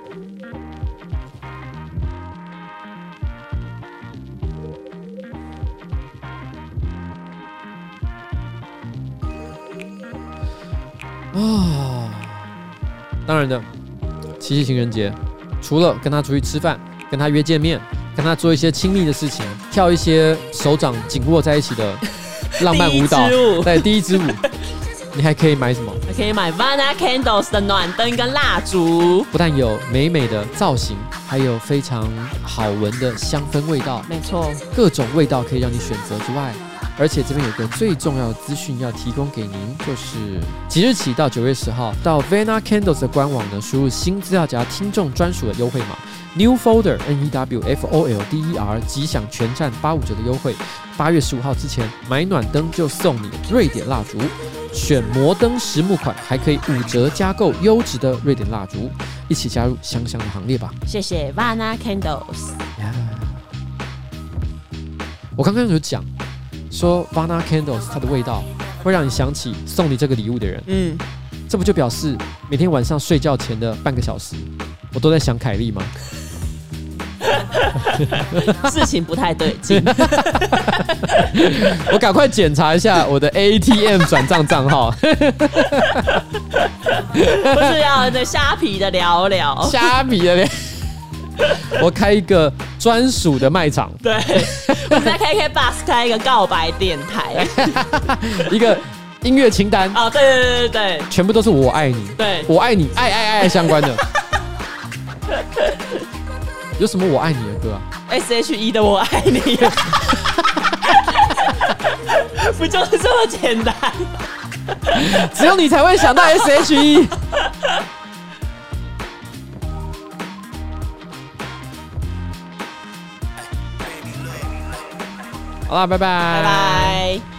[SPEAKER 1] 啊，当然的，七夕情人节，除了跟他出去吃饭，跟他约见面，跟他做一些亲密的事情，跳一些手掌紧握在一起的浪漫舞蹈，对，第一支舞，你还可以买什么？
[SPEAKER 2] 可以买 Vana Candles 的暖灯跟蜡烛，
[SPEAKER 1] 不但有美美的造型，还有非常好闻的香氛味道。
[SPEAKER 2] 没错，
[SPEAKER 1] 各种味道可以让你选择之外。而且这边有个最重要的资讯要提供给您，就是即日起到九月十号，到 Vana Candles 的官网呢，输入新资料夹听众专属的优惠码 New Folder N E W F O L D E R， 即享全站八五折的优惠。八月十五号之前买暖灯就送你瑞典蜡烛，选摩登实木款还可以五折加购优质的瑞典蜡烛，一起加入香香的行列吧。
[SPEAKER 2] 谢谢 Vana Candles。Yeah.
[SPEAKER 1] 我刚刚有讲。说 Vana Candles 它的味道会让你想起送你这个礼物的人，嗯，这不就表示每天晚上睡觉前的半个小时，我都在想凯莉吗？
[SPEAKER 2] 事情不太对劲，
[SPEAKER 1] 我赶快检查一下我的 A T M 转账账号，不
[SPEAKER 2] 是要的虾皮的聊聊，
[SPEAKER 1] 虾皮的聊。我开一个专属的卖场，
[SPEAKER 2] 对，我在 K K Bus 开一个告白电台，
[SPEAKER 1] 一个音乐清单
[SPEAKER 2] 哦，对对对对，
[SPEAKER 1] 全部都是我爱你，
[SPEAKER 2] 对，
[SPEAKER 1] 我爱你，爱爱爱相关的。有什么我爱你的歌啊
[SPEAKER 2] ？S H E 的我爱你、啊，不就是这么简单？
[SPEAKER 1] 只有你才会想到 S H E。 好啦，拜拜，
[SPEAKER 2] 拜拜。